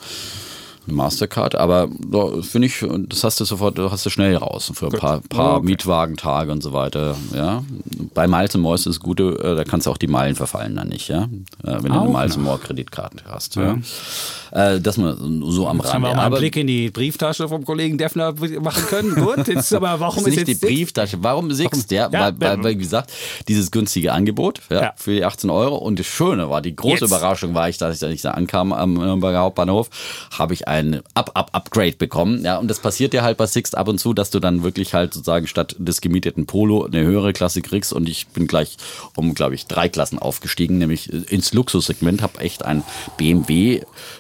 eine Mastercard, aber finde ich, das hast du schnell raus für ein paar Mietwagentage und so weiter. Ja. Bei Miles & More ist das Gute, da kannst du auch die Meilen verfallen dann nicht, ja, wenn du eine Miles & More Kreditkarte hast. Ja. Das mal so am Rande. Haben wir auch mal einen Blick in die Brieftasche vom Kollegen Defner machen können. Gut, jetzt aber warum ist nicht jetzt die Brieftasche? Warum Sixt? Weil, wie gesagt, dieses günstige Angebot für die 18 € und das Schöne war, die große Überraschung war, dass ich da ankam am Nürnberger Hauptbahnhof, habe ich ein Upgrade bekommen. Ja, und das passiert ja halt bei Sixt ab und zu, dass du dann wirklich halt sozusagen statt des gemieteten Polo eine höhere Klasse kriegst und ich bin gleich glaube ich, 3 Klassen aufgestiegen, nämlich ins Luxussegment, habe echt ein BMW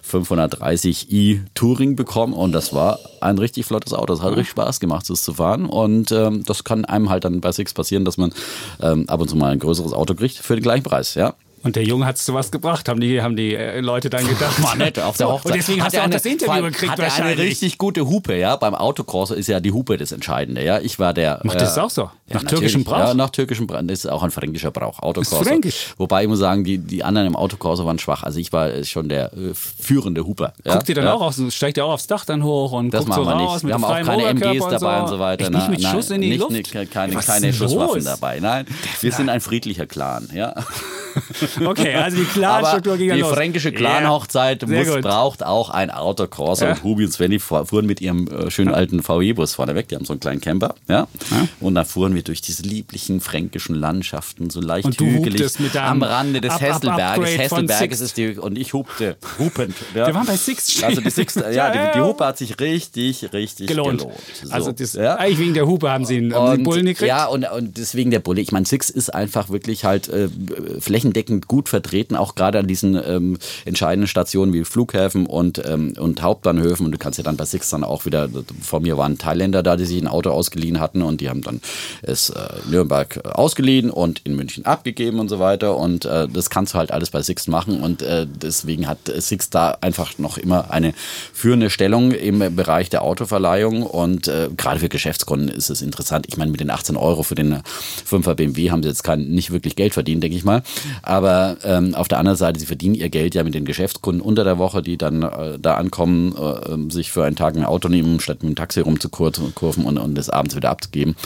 530i Touring bekommen und das war ein richtig flottes Auto. Das hat richtig Spaß gemacht, das zu fahren und das kann einem halt dann bei Sixt passieren, dass man ab und zu mal ein größeres Auto kriegt für den gleichen Preis, ja. Und der Junge hat es zu was gebracht, haben die Leute dann gedacht. War nett, auf der Hochzeit. Und deswegen hast du auch das Interview gekriegt wahrscheinlich. Hat eine richtig gute Hupe, ja. Beim Autocross ist ja die Hupe das Entscheidende, ja. Ich war der... Macht das auch so? Nach türkischem Brauch? Ja, nach türkischem Brauch. Das ist auch ein fränkischer Brauch, Autocross. Ist fränkisch? Wobei ich muss sagen, die anderen im Autocross waren schwach. Also ich war schon der führende Huper. Ja? Guckt ihr dann auch auf, steigt ihr auch aufs Dach dann hoch und das guckt so raus? Wir haben auch keine MGs dabei und so weiter. Nicht mit Schuss in die Luft? Keine Schusswaffen dabei. Nein, wir sind ein friedlicher Clan, ja. Okay, also die Clan-Struktur ging die los. fränkische Clan-Hochzeit Sehr gut. braucht auch ein Autocross. Ja. Und Hubi und Svenny fuhren mit ihrem schönen alten VW-Bus vorne weg. Die haben so einen kleinen Camper. Ja? Und dann fuhren wir durch diese lieblichen fränkischen Landschaften, so leicht Und du hügelig huptest mit deinem am Rande des Upgrade Hesselberges. von Hesselberges Sixt. ist und ich hupte, hupend. Ja. Wir waren bei Sixt. Also die Sixt, die Hupe hat sich richtig gelohnt. So. Also eigentlich wegen der Hupe haben sie einen Bullen gekriegt. Ja, und deswegen der Bulle. Ich meine, Sixt ist einfach wirklich halt flächendeckend gut vertreten, auch gerade an diesen entscheidenden Stationen wie Flughäfen und Hauptbahnhöfen. Und du kannst ja dann bei Sixt dann auch wieder, vor mir waren Thailänder da, die sich ein Auto ausgeliehen hatten und die haben dann es Nürnberg ausgeliehen und in München abgegeben und so weiter. Und das kannst du halt alles bei Sixt machen und deswegen hat Sixt da einfach noch immer eine führende Stellung im Bereich der Autoverleihung und gerade für Geschäftskunden ist es interessant. Ich meine, mit den 18 € für den 5er BMW haben sie jetzt nicht wirklich Geld verdient, denke ich mal. Aber auf der anderen Seite, sie verdienen ihr Geld ja mit den Geschäftskunden unter der Woche, die dann da ankommen, sich für einen Tag ein Auto nehmen, statt mit dem Taxi rumzukurven und das abends wieder abzugeben.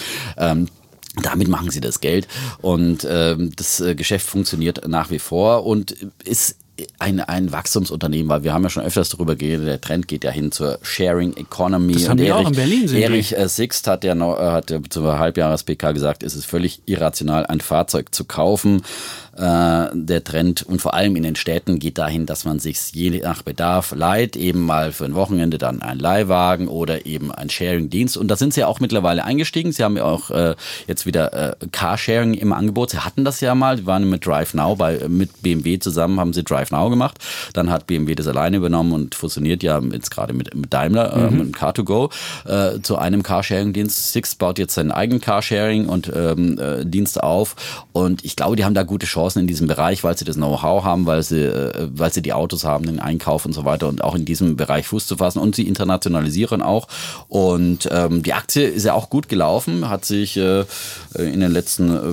Damit machen sie das Geld und das Geschäft funktioniert nach wie vor und ist ein Wachstumsunternehmen, weil wir haben ja schon öfters darüber geredet, der Trend geht ja hin zur Sharing Economy. Das haben wir auch in Berlin. Erich Sixt hat ja zur Halbjahres-PK gesagt, es ist völlig irrational, ein Fahrzeug zu kaufen. Der Trend und vor allem in den Städten geht dahin, dass man sich je nach Bedarf leiht, eben mal für ein Wochenende dann ein Leihwagen oder eben ein Sharing-Dienst. Und da sind sie ja auch mittlerweile eingestiegen. Sie haben ja auch jetzt wieder Carsharing im Angebot. Sie hatten das ja mal, die waren mit Drive Now, mit BMW zusammen haben sie Drive Now gemacht. Dann hat BMW das alleine übernommen und fusioniert ja jetzt gerade mit Daimler, mit Car2Go zu einem Carsharing-Dienst. Sixt baut jetzt seinen eigenen Carsharing und Dienst auf. Und ich glaube, die haben da gute Chancen in diesem Bereich, weil sie das Know-how haben, weil sie die Autos haben, den Einkauf und so weiter und auch in diesem Bereich Fuß zu fassen und sie internationalisieren auch und die Aktie ist ja auch gut gelaufen, hat sich in den letzten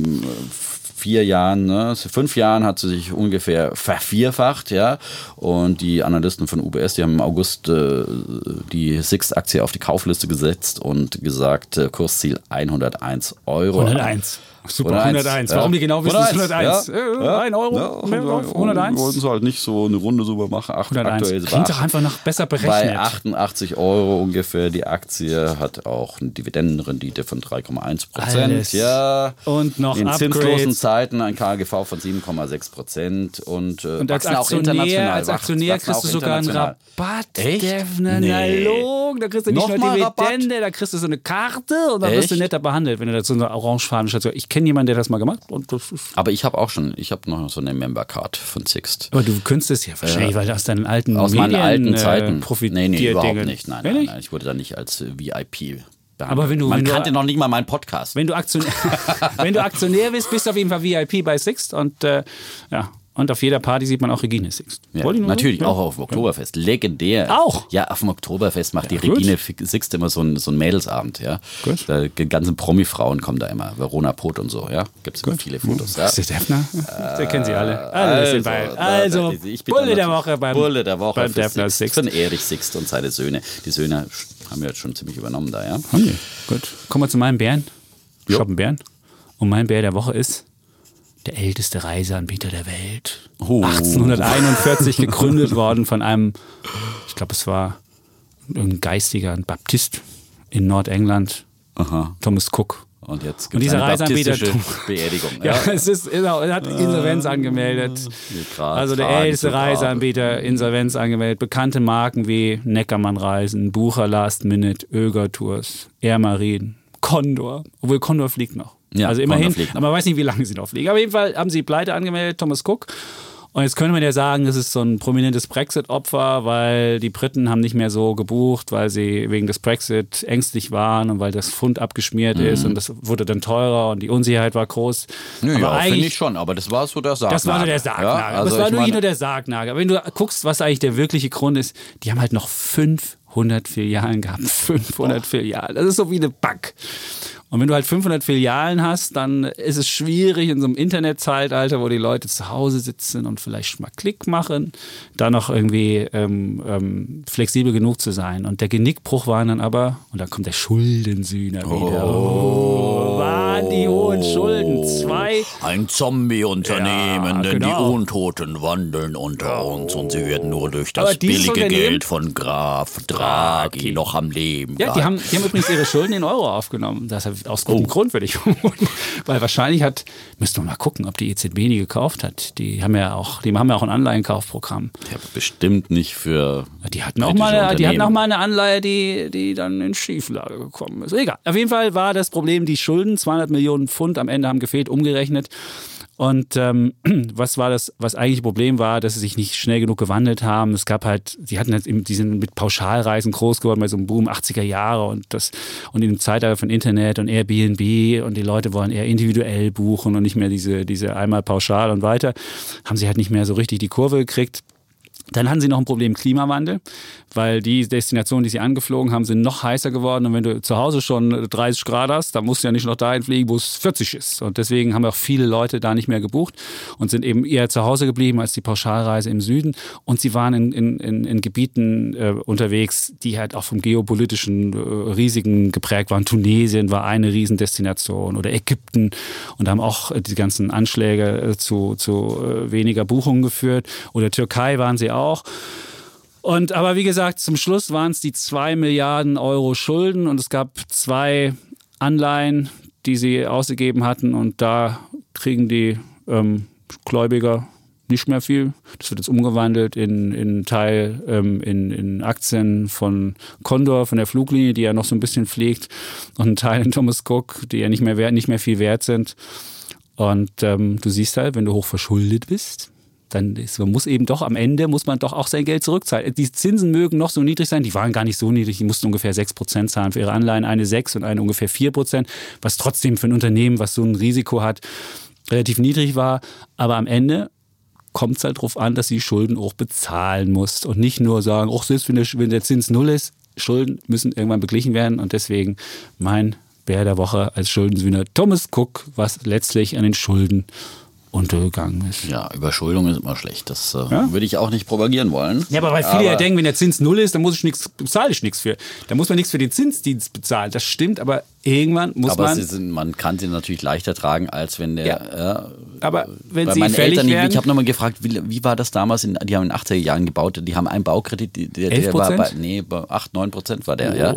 5 Jahren hat sie sich ungefähr vervierfacht, ja. Und die Analysten von UBS, die haben im August die Sixt-Aktie auf die Kaufliste gesetzt und gesagt, Kursziel 101 €. 101. Super, 101. Warum die genau wissen, es ist 101? Ja. 1 Euro, Ja, mehr drauf, 101. Wir wollten es halt nicht so eine runde Summe machen. 101. Klingt doch einfach noch besser berechnet. Bei 88 € ungefähr. Die Aktie hat auch eine Dividendenrendite von 3,1%. Ja. Und noch in Upgrades. zinslosen Zeiten ein KGV von 7,6%. Und als auch international. Als Aktionär kriegst du sogar einen Rabatt. Echt? Defner, Nee. na log, da kriegst du nicht nur Nochmal Dividende, da kriegst du so eine Karte und dann wirst du Echt? netter behandelt, wenn du da so eine orangefarbene Station. Ich kenne jemanden, der das mal gemacht hat und das ist. Aber ich habe noch so eine Member-Card von Sixt. Aber du könntest ja wahrscheinlich, weil du aus deinen alten Aus meinen alten Zeiten. profitiert. Nee, überhaupt Dinge. nicht. Nein, ich wurde da nicht als VIP behandelt. Aber wenn du- Man wenn du- kannte noch nicht mal meinen Podcast. Wenn du Aktionär bist, bist du auf jeden Fall VIP bei Sixt und ja. Und auf jeder Party sieht man auch Regine Sixt. Ja, Wollte ich nur natürlich, sagen? auch auf dem Oktoberfest. Legendär. Auch? Ja, auf dem Oktoberfest macht die gut. Regine Sixt immer so ein Mädelsabend. Ja. Gut. Die ganzen Promi-Frauen kommen da immer. Verona Poth und so. Ja. Gibt es immer viele Fotos. Ja. Ist der Defner? Der kennen sie alle. Also, ich bin Bulle dann der Woche beim für Defner Sixt. Sixt. Von Erich Sixt und seine Söhne. Die Söhne haben wir jetzt schon ziemlich übernommen da, ja. Okay, gut. Kommen wir zu meinem Bären. Jo. Shoppen Bären. Und mein Bär der Woche ist der älteste Reiseanbieter der Welt. Oh. 1841 gegründet worden von einem, ich glaube, es war ein Geistiger, ein Baptist in Nordengland, Aha. Thomas Cook. Und jetzt Und gibt es dieser eine Reiseanbieter baptistische Beerdigung. Ja, er hat Insolvenz angemeldet. Krass, Also der tragisch, älteste so tragisch. Reiseanbieter, Insolvenz angemeldet. Bekannte Marken wie Neckermann Reisen, Bucher Last Minute, Öger Tours, Air Marine, Condor. Obwohl Condor fliegt noch. Ja, also immerhin, Condor fliegt noch. aber man weiß nicht, wie lange sie noch fliegen. Aber auf jeden Fall haben sie Pleite angemeldet, Thomas Cook. Und jetzt könnte man ja sagen, das ist so ein prominentes Brexit-Opfer, weil die Briten haben nicht mehr so gebucht, weil sie wegen des Brexit ängstlich waren und weil das Pfund abgeschmiert ist und das wurde dann teurer und die Unsicherheit war groß. Ja, aber finde ich schon, aber das war so der Sargnagel. das war so der Sargnagel. Ja, aber also es war ich wirklich meine- nur der Sargnagel. Aber wenn du guckst, was eigentlich der wirkliche Grund ist, die haben halt noch 500 Filialen gehabt. 500 Filialen. Das ist so wie eine Bank. Und wenn du halt 500 Filialen hast, dann ist es schwierig in so einem Internetzeitalter, wo die Leute zu Hause sitzen und vielleicht mal Klick machen, da noch irgendwie flexibel genug zu sein. Und der Genickbruch war dann aber, und da kommt der Schuldensühner wieder. Waren die hohen Schulden. Ein Zombie-Unternehmen, denn genau. die Untoten wandeln unter uns und sie werden nur durch Aber das dieses billige Unternehmen- Geld von Graf Draghi noch am Leben Ja, die haben übrigens ihre Schulden in Euro aufgenommen. Das aus gutem Grund, würde ich vermuten. Weil wahrscheinlich müssten wir mal gucken, ob die EZB die gekauft hat. Die haben ja auch ein Anleihenkaufprogramm. Ja, bestimmt nicht für. Die hatten auch mal eine Anleihe, die dann in Schieflage gekommen ist. Egal. Auf jeden Fall war das Problem, die Schulden, 200 Millionen Pfund am Ende haben gefehlt, umgerechnet. Und was eigentlich Problem war, dass sie sich nicht schnell genug gewandelt haben. Es gab halt, die sind mit Pauschalreisen groß geworden bei so einem Boom 80er Jahre und in dem Zeitalter von Internet und Airbnb und die Leute wollen eher individuell buchen und nicht mehr diese einmal pauschal und weiter, haben sie halt nicht mehr so richtig die Kurve gekriegt. Dann hatten sie noch ein Problem Klimawandel, weil die Destinationen, die sie angeflogen haben, sind noch heißer geworden. Und wenn du zu Hause schon 30 Grad hast, dann musst du ja nicht noch dahin fliegen, wo es 40 ist. Und deswegen haben auch viele Leute da nicht mehr gebucht und sind eben eher zu Hause geblieben als die Pauschalreise im Süden. Und sie waren in Gebieten unterwegs, die halt auch vom geopolitischen Risiken geprägt waren. Tunesien war eine Riesendestination oder Ägypten und haben auch die ganzen Anschläge zu weniger Buchungen geführt. Oder Türkei waren sie auch. Aber wie gesagt, zum Schluss waren es die 2 Milliarden Euro Schulden und es gab 2 Anleihen, die sie ausgegeben hatten und da kriegen die Gläubiger nicht mehr viel. Das wird jetzt umgewandelt in Teil in Aktien von Condor, von der Fluglinie, die ja noch so ein bisschen fliegt, und ein Teil in Thomas Cook, die ja nicht mehr viel wert sind. Und du siehst halt, wenn du hoch verschuldet bist, dann muss man doch auch sein Geld zurückzahlen. Die Zinsen mögen noch so niedrig sein, die waren gar nicht so niedrig, die mussten ungefähr 6% zahlen für ihre Anleihen, eine 6 und eine ungefähr 4%, was trotzdem für ein Unternehmen, was so ein Risiko hat, relativ niedrig war. Aber am Ende kommt es halt darauf an, dass sie Schulden auch bezahlen musst und nicht nur sagen, selbst wenn der Zins 0 ist, Schulden müssen irgendwann beglichen werden und deswegen mein Bär der Woche als Schuldensühner Thomas Cook, was letztlich an den Schulden untergegangen ist. Ja, Überschuldung ist immer schlecht. Das würde ich auch nicht propagieren wollen. Ja, aber weil viele ja denken, wenn der Zins 0 ist, dann bezahle ich nichts für. Da muss man nichts für den Zinsdienst bezahlen. Das stimmt, aber irgendwann muss man kann sie natürlich leichter tragen, als wenn der... Ja. Aber wenn bei sie meinen fällig Eltern, werden... Ich habe nochmal gefragt, wie war das damals? Die haben in den 80er Jahren gebaut, die haben einen Baukredit, der war bei 8-9% war der, ja.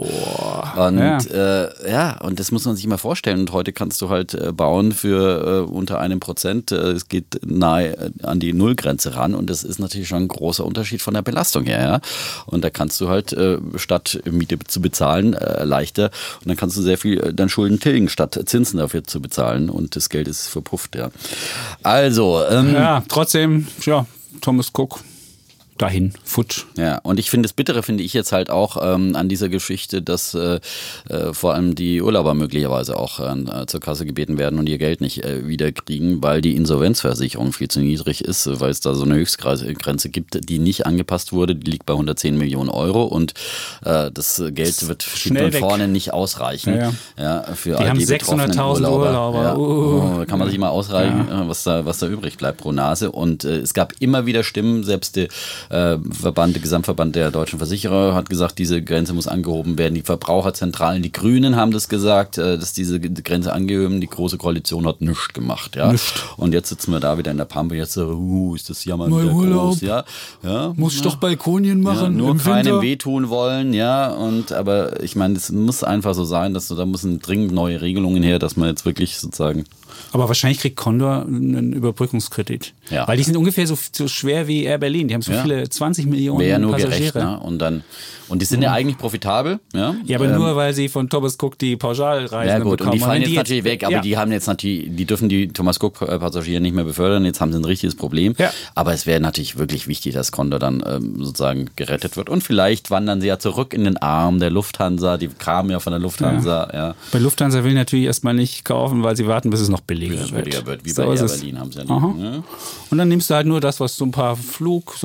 Und und das muss man sich mal vorstellen. Und heute kannst du halt bauen für unter 1%. Es geht nahe an die Nullgrenze ran und das ist natürlich schon ein großer Unterschied von der Belastung her. Ja? Und da kannst du halt statt Miete zu bezahlen leichter und dann kannst du sehr viel dann Schulden tilgen, statt Zinsen dafür zu bezahlen und das Geld ist verpufft. Ja. Also. Trotzdem, Thomas Cook. Dahin, futsch. Ja, und das Bittere finde ich jetzt halt auch an dieser Geschichte, dass vor allem die Urlauber möglicherweise auch zur Kasse gebeten werden und ihr Geld nicht wiederkriegen, weil die Insolvenzversicherung viel zu niedrig ist, weil es da so eine Höchstgrenze gibt, die nicht angepasst wurde, die liegt bei 110 Millionen Euro und das Geld wird von vorne nicht ausreichen. Für die all haben die betroffenen 600.000 Urlauber. Kann man sich mal ausreichen, was da übrig bleibt pro Nase und es gab immer wieder Stimmen, selbst die Gesamtverband der deutschen Versicherer hat gesagt, diese Grenze muss angehoben werden. Die Verbraucherzentralen, die Grünen haben das gesagt, dass diese Grenze angeheben. Die Große Koalition hat nichts gemacht. Ja? Und jetzt sitzen wir da wieder in der Pampe. Jetzt ist das Jammer wieder groß. Ja? Muss ich doch Balkonien machen. Nur keinem wehtun wollen. Ja? Aber ich meine, es muss einfach so sein, da müssen dringend neue Regelungen her, dass man jetzt wirklich sozusagen... Aber wahrscheinlich kriegt Condor einen Überbrückungskredit. Ja. Weil die sind ungefähr so schwer wie Air Berlin. Die haben so viele 20 Millionen Wäre ja nur Passagiere. Gerecht, ne? Und die sind ja eigentlich profitabel. Ja, aber nur, weil sie von Thomas Cook die Pauschalreisen bekommen. Und die fallen jetzt natürlich weg. Aber die haben jetzt natürlich, die dürfen die Thomas Cook Passagiere nicht mehr befördern. Jetzt haben sie ein richtiges Problem. Ja. Aber es wäre natürlich wirklich wichtig, dass Condor dann sozusagen gerettet wird. Und vielleicht wandern sie ja zurück in den Arm der Lufthansa. Die kamen ja von der Lufthansa. Ja. Bei Lufthansa will natürlich erstmal nicht kaufen, weil sie warten, bis es noch billiger wird. Wie bei Air Berlin haben sie ja nicht. Und dann nimmst du halt nur das, was so ein paar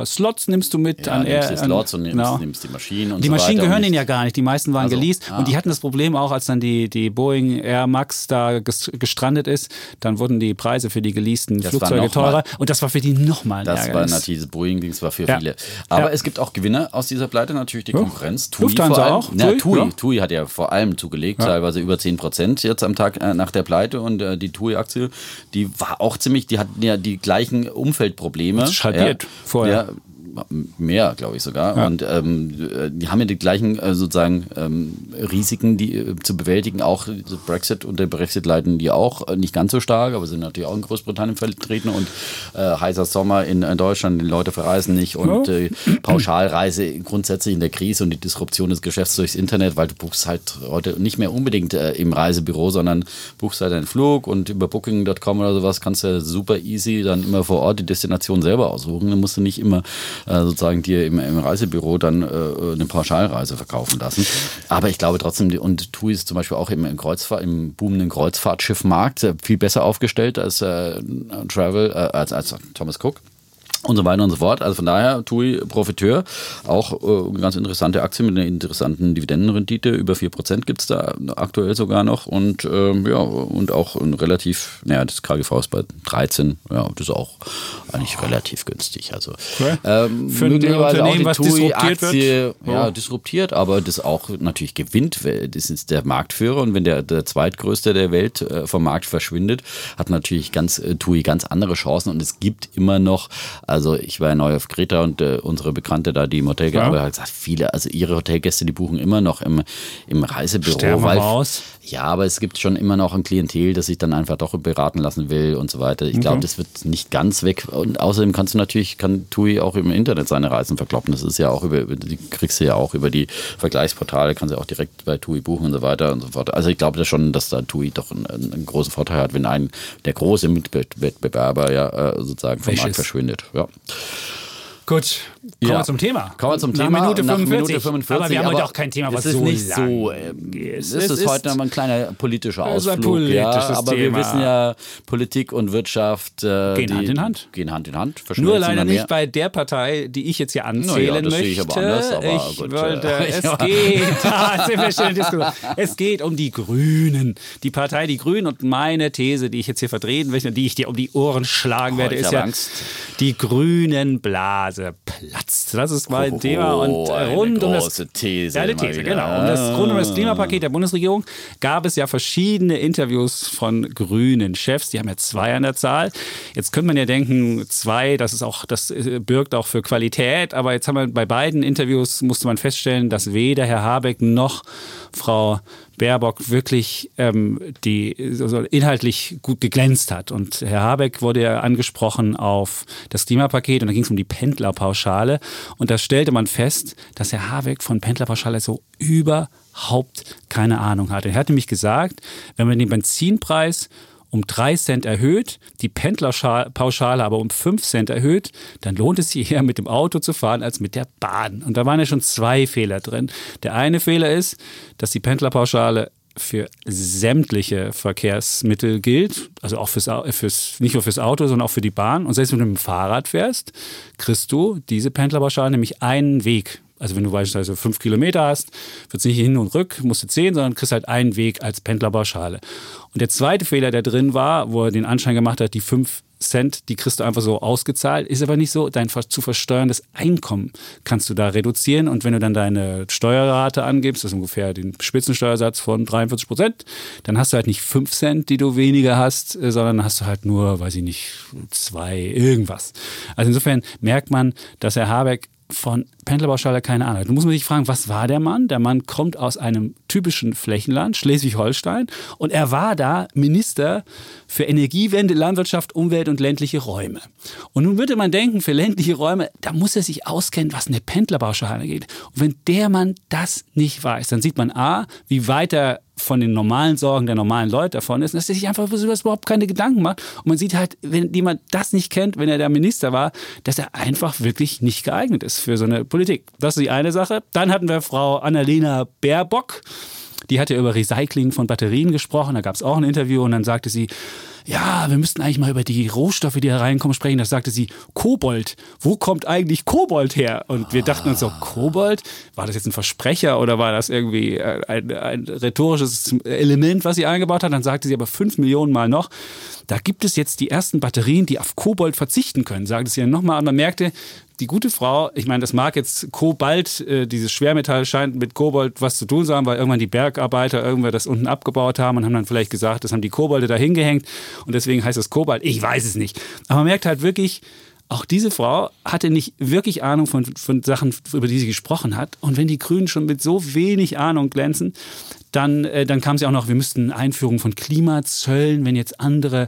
Slots nimmst du mit. Ja, nimmst die Slots und nimmst die Maschinen und die so weiter. Maschinen gehören denen ja gar nicht. Die meisten waren geleast. Ah. Und die hatten das Problem auch, als dann die Boeing Air Max da gestrandet ist, dann wurden die Preise für die geleasten Flugzeuge teurer. Und das war für die nochmal ein Ärgernis. Das war natürlich dieses Boeing-Dings, war für viele. Aber es gibt auch Gewinner aus dieser Pleite, natürlich die Konkurrenz. TUI Lufthansa vor allem. auch. Ja, TUI hat ja vor allem zugelegt, teilweise über 10% jetzt am Tag nach der Pleite. Und die TUI-Aktie, die war auch ziemlich, die hatten ja die gleichen Umfeldprobleme. Das ist halbiert vorher. Ja, mehr, glaube ich sogar. Ja. Und die haben ja die gleichen Risiken, die zu bewältigen. Auch Brexit und der Brexit leiden die auch nicht ganz so stark, aber sind natürlich auch in Großbritannien vertreten und heißer Sommer in Deutschland, die Leute verreisen nicht und Pauschalreise grundsätzlich in der Krise und die Disruption des Geschäfts durchs Internet, weil du buchst halt heute nicht mehr unbedingt im Reisebüro, sondern buchst halt einen Flug und über Booking.com oder sowas kannst du super easy dann immer vor Ort die Destination selber aussuchen. Dann musst du nicht immer sozusagen dir im Reisebüro dann eine Pauschalreise verkaufen lassen. Aber ich glaube trotzdem, und TUI ist zum Beispiel auch im boomenden Kreuzfahrtschiffmarkt viel besser aufgestellt als als Thomas Cook. Und so weiter und so fort. Also von daher, TUI Profiteur, auch eine ganz interessante Aktie mit einer interessanten Dividendenrendite. Über 4% gibt es da aktuell sogar noch. Und und auch ein relativ, das KGV ist bei 13. Ja, das ist auch eigentlich relativ günstig. Also für ein Unternehmen, was disruptiert wird. Ja, disruptiert, aber das auch natürlich gewinnt. Das ist der Marktführer. Und wenn der zweitgrößte der Welt vom Markt verschwindet, hat natürlich TUI ganz andere Chancen. Und es gibt immer noch, also ich war ja neu auf Kreta und unsere Bekannte da, die im Hotel gearbeitet hat, gesagt, viele, also ihre Hotelgäste, die buchen immer noch im Reisebüro. Sterben raus. Ja, aber es gibt schon immer noch ein Klientel, das sich dann einfach doch beraten lassen will und so weiter. Ich glaube, das wird nicht ganz weg. Und außerdem kann TUI auch im Internet seine Reisen verkloppen. Das ist ja auch die kriegst du ja auch über die Vergleichsportale, kannst du auch direkt bei TUI buchen und so weiter und so fort. Also ich glaube schon, dass da TUI doch einen großen Vorteil hat, wenn der große Mitbewerber sozusagen vom Markt verschwindet. Ja. Gut, kommen wir zum Thema. Kommen wir zum Thema. Nach Minute 45. Aber wir haben heute auch kein Thema, was so lang ist. Es ist heute noch mal ein kleiner politischer Ausflug. Ein politisches aber wir wissen ja, Politik und Wirtschaft gehen Hand in Hand. Gehen Hand in Hand. Nur leider nicht bei der Partei, die ich jetzt hier anzählen möchte. Ich aber anders, es geht um die Grünen. Die Partei Die Grünen und meine These, die ich jetzt hier vertreten möchte, die ich dir um die Ohren schlagen werde, ist ja Angst. Die grünen Blase platzt. Das ist mein Thema. Und rund um das These. Eine These, genau. Rund um das Klimapaket der Bundesregierung gab es ja verschiedene Interviews von grünen Chefs. Die haben ja 2 an der Zahl. Jetzt könnte man ja denken, 2, das birgt auch für Qualität. Aber jetzt haben wir bei beiden Interviews musste man feststellen, dass weder Herr Habeck noch Frau Baerbock wirklich inhaltlich gut geglänzt hat. Und Herr Habeck wurde ja angesprochen auf das Klimapaket und da ging es um die Pendlerpauschale. Und da stellte man fest, dass Herr Habeck von Pendlerpauschale so überhaupt keine Ahnung hatte. Er hat nämlich gesagt, wenn man den Benzinpreis um 3 Cent erhöht, die Pendlerpauschale aber um 5 Cent erhöht, dann lohnt es sich eher mit dem Auto zu fahren als mit der Bahn. Und da waren ja schon 2 Fehler drin. Der eine Fehler ist, dass die Pendlerpauschale für sämtliche Verkehrsmittel gilt, also auch nicht nur fürs Auto, sondern auch für die Bahn. Und selbst wenn du mit dem Fahrrad fährst, kriegst du diese Pendlerpauschale nämlich einen Weg. Also wenn du beispielsweise 5 Kilometer hast, wird es nicht hin und rück, musst du 10, sondern kriegst halt einen Weg als Pendlerpauschale. Und der zweite Fehler, der drin war, wo er den Anschein gemacht hat, die 5 Cent, die kriegst du einfach so ausgezahlt, ist aber nicht so. Dein zu versteuerndes Einkommen kannst du da reduzieren. Und wenn du dann deine Steuerrate angibst, das ist ungefähr den Spitzensteuersatz von 43%, dann hast du halt nicht 5 Cent, die du weniger hast, sondern hast du halt nur, weiß ich nicht, 2 irgendwas. Also insofern merkt man, dass Herr Habeck von Pendlerpauschale keine Ahnung. Da muss man sich fragen, was war der Mann? Der Mann kommt aus einem typischen Flächenland, Schleswig-Holstein, und er war da Minister für Energiewende, Landwirtschaft, Umwelt und ländliche Räume. Und nun würde man denken, für ländliche Räume, da muss er sich auskennen, was eine Pendlerpauschale geht. Und wenn der Mann das nicht weiß, dann sieht man wie weit er von den normalen Sorgen der normalen Leute davon ist, dass er sich einfach überhaupt keine Gedanken macht. Und man sieht halt, wenn jemand das nicht kennt, wenn er der Minister war, dass er einfach wirklich nicht geeignet ist für so eine Politik. Das ist die eine Sache. Dann hatten wir Frau Annalena Baerbock. Die hat ja über Recycling von Batterien gesprochen. Da gab es auch ein Interview und dann sagte sie, ja, wir müssten eigentlich mal über die Rohstoffe, die da reinkommen, sprechen. Da sagte sie, Kobold. Wo kommt eigentlich Kobold her? Und wir dachten uns so, Kobold? War das jetzt ein Versprecher oder war das irgendwie ein rhetorisches Element, was sie eingebaut hat? Dann sagte sie aber 5 Millionen Mal noch, da gibt es jetzt die ersten Batterien, die auf Kobold verzichten können, sagte sie dann nochmal. Und man merkte, die gute Frau, ich meine, das mag jetzt Kobalt, dieses Schwermetall scheint mit Kobold was zu tun zu haben, weil irgendwann die Bergarbeiter irgendwer das unten abgebaut haben und haben dann vielleicht gesagt, das haben die Kobolde da hingehängt und deswegen heißt es Kobalt. Ich weiß es nicht. Aber man merkt halt wirklich, auch diese Frau hatte nicht wirklich Ahnung von Sachen, über die sie gesprochen hat. Und wenn die Grünen schon mit so wenig Ahnung glänzen, dann kam sie auch noch, wir müssten Einführung von Klimazöllen, wenn jetzt andere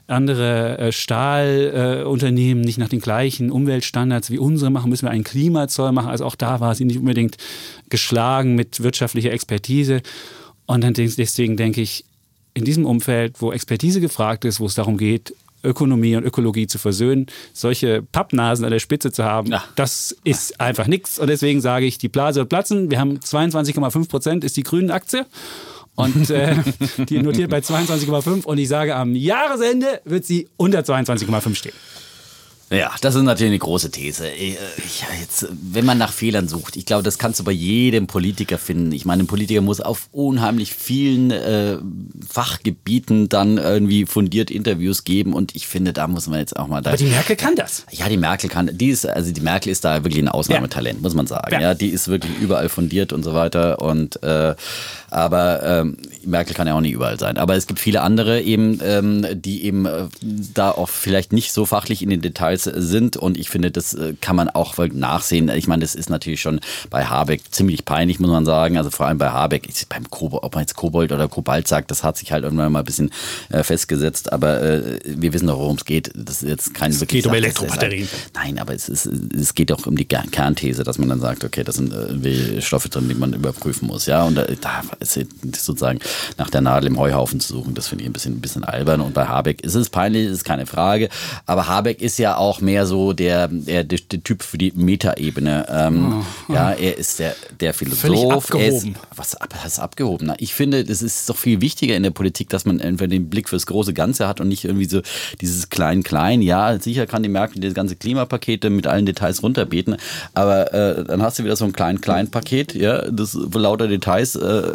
Stahlunternehmen nicht nach den gleichen Umweltstandards wie unsere machen, müssen wir einen Klimazoll machen. Also auch da war sie nicht unbedingt geschlagen mit wirtschaftlicher Expertise. Und dann deswegen denke ich, in diesem Umfeld, wo Expertise gefragt ist, wo es darum geht, Ökonomie und Ökologie zu versöhnen, solche Pappnasen an der Spitze zu haben, das ist einfach nichts. Und deswegen sage ich, die Blase wird platzen. Wir haben 22,5% ist die Grünen-Aktie. Und die notiert bei 22,5 und ich sage, am Jahresende wird sie unter 22,5 stehen. Ja, das ist natürlich eine große These. Wenn man nach Fehlern sucht, ich glaube, das kannst du bei jedem Politiker finden. Ich meine, ein Politiker muss auf unheimlich vielen Fachgebieten dann irgendwie fundiert Interviews geben und ich finde, da muss man jetzt auch mal... Aber die Merkel kann das. Ja, die Merkel kann, die Merkel ist da wirklich ein Ausnahmetalent, muss man sagen. Ja, die ist wirklich überall fundiert und so weiter und aber Merkel kann ja auch nicht überall sein. Aber es gibt viele andere eben, die eben da auch vielleicht nicht so fachlich in den Details sind und ich finde, das kann man auch nachsehen. Ich meine, das ist natürlich schon bei Habeck ziemlich peinlich, muss man sagen. Also vor allem bei Habeck, ob man jetzt Kobold oder Kobalt sagt, das hat sich halt irgendwann mal ein bisschen festgesetzt, aber wir wissen doch, worum es geht. Das ist jetzt kein wirklich. Es geht um Elektrobatterien. Nein, aber es geht auch um die Kernthese, dass man dann sagt, okay, das sind Stoffe drin, die man überprüfen muss. Ja, und da ist sozusagen nach der Nadel im Heuhaufen zu suchen, das finde ich ein bisschen albern. Und bei Habeck ist es peinlich, ist keine Frage. Aber Habeck ist ja auch mehr so der Typ für die Metaebene. Ja, er ist der Philosoph. Völlig abgehoben. Was ist abgehoben? Ich finde, das ist doch viel wichtiger in der Politik, dass man entweder den Blick fürs große Ganze hat und nicht irgendwie so dieses Klein-Klein. Ja, sicher kann die Merkel das ganze Klimapakete mit allen Details runterbeten, aber dann hast du wieder so ein Klein-Klein-Paket, ja, das lauter Details,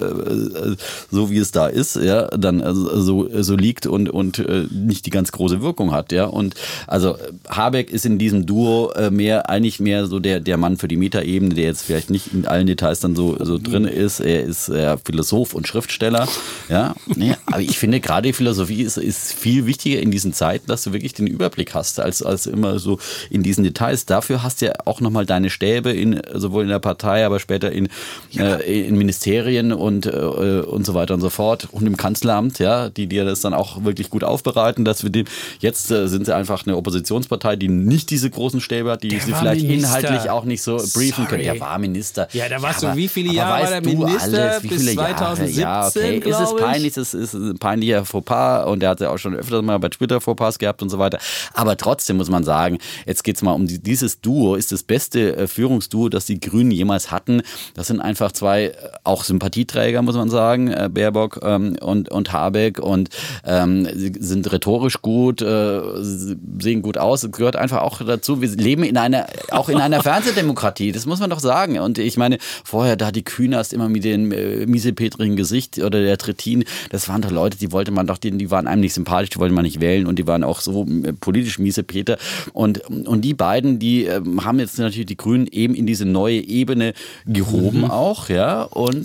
so wie es da ist, ja, dann so liegt und nicht die ganz große Wirkung hat, ja. Und also Habeck ist in diesem Duo eigentlich mehr so der Mann für die Metaebene, der jetzt vielleicht nicht in allen Details dann so drin ist. Er ist Philosoph und Schriftsteller, ja. Nee, aber ich finde, gerade die Philosophie ist viel wichtiger in diesen Zeiten, dass du wirklich den Überblick hast, als immer so in diesen Details. Dafür hast du ja auch nochmal deine Stäbe sowohl in der Partei, aber später in Ministerien und so weiter und so fort und im Kanzleramt, ja, die dir das dann auch wirklich gut aufbereiten, dass wir jetzt sind sie einfach eine Oppositionspartei, die nicht diese großen Stäbe hat, die sie vielleicht Minister. Inhaltlich auch nicht so briefen können. Der war Minister. Ja, da warst du, wie viele Jahre war der Minister? Bis 2017, ja, okay. Ist es peinlich, das ist ein peinlicher Fauxpas und der hat ja auch schon öfters mal bei Twitter Fauxpas gehabt und so weiter. Aber trotzdem muss man sagen, jetzt geht es mal um dieses Duo, ist das beste Führungsduo, das die Grünen jemals hatten. Das sind einfach zwei auch Sympathieträger, muss man sagen, Baerbock und Habeck und sie sind rhetorisch gut, sehen gut aus. Es gehört einfach auch dazu, wir leben auch in einer Fernsehdemokratie, das muss man doch sagen. Und ich meine, vorher da die Künast immer mit dem miesepetrigen Gesicht oder der Trittin, das waren doch Leute, die wollte man doch, die waren einem nicht sympathisch, die wollte man nicht wählen und die waren auch so politisch miesepeter. Und die beiden, die haben jetzt natürlich die Grünen eben in diese neue Ebene gehoben auch, ja. Und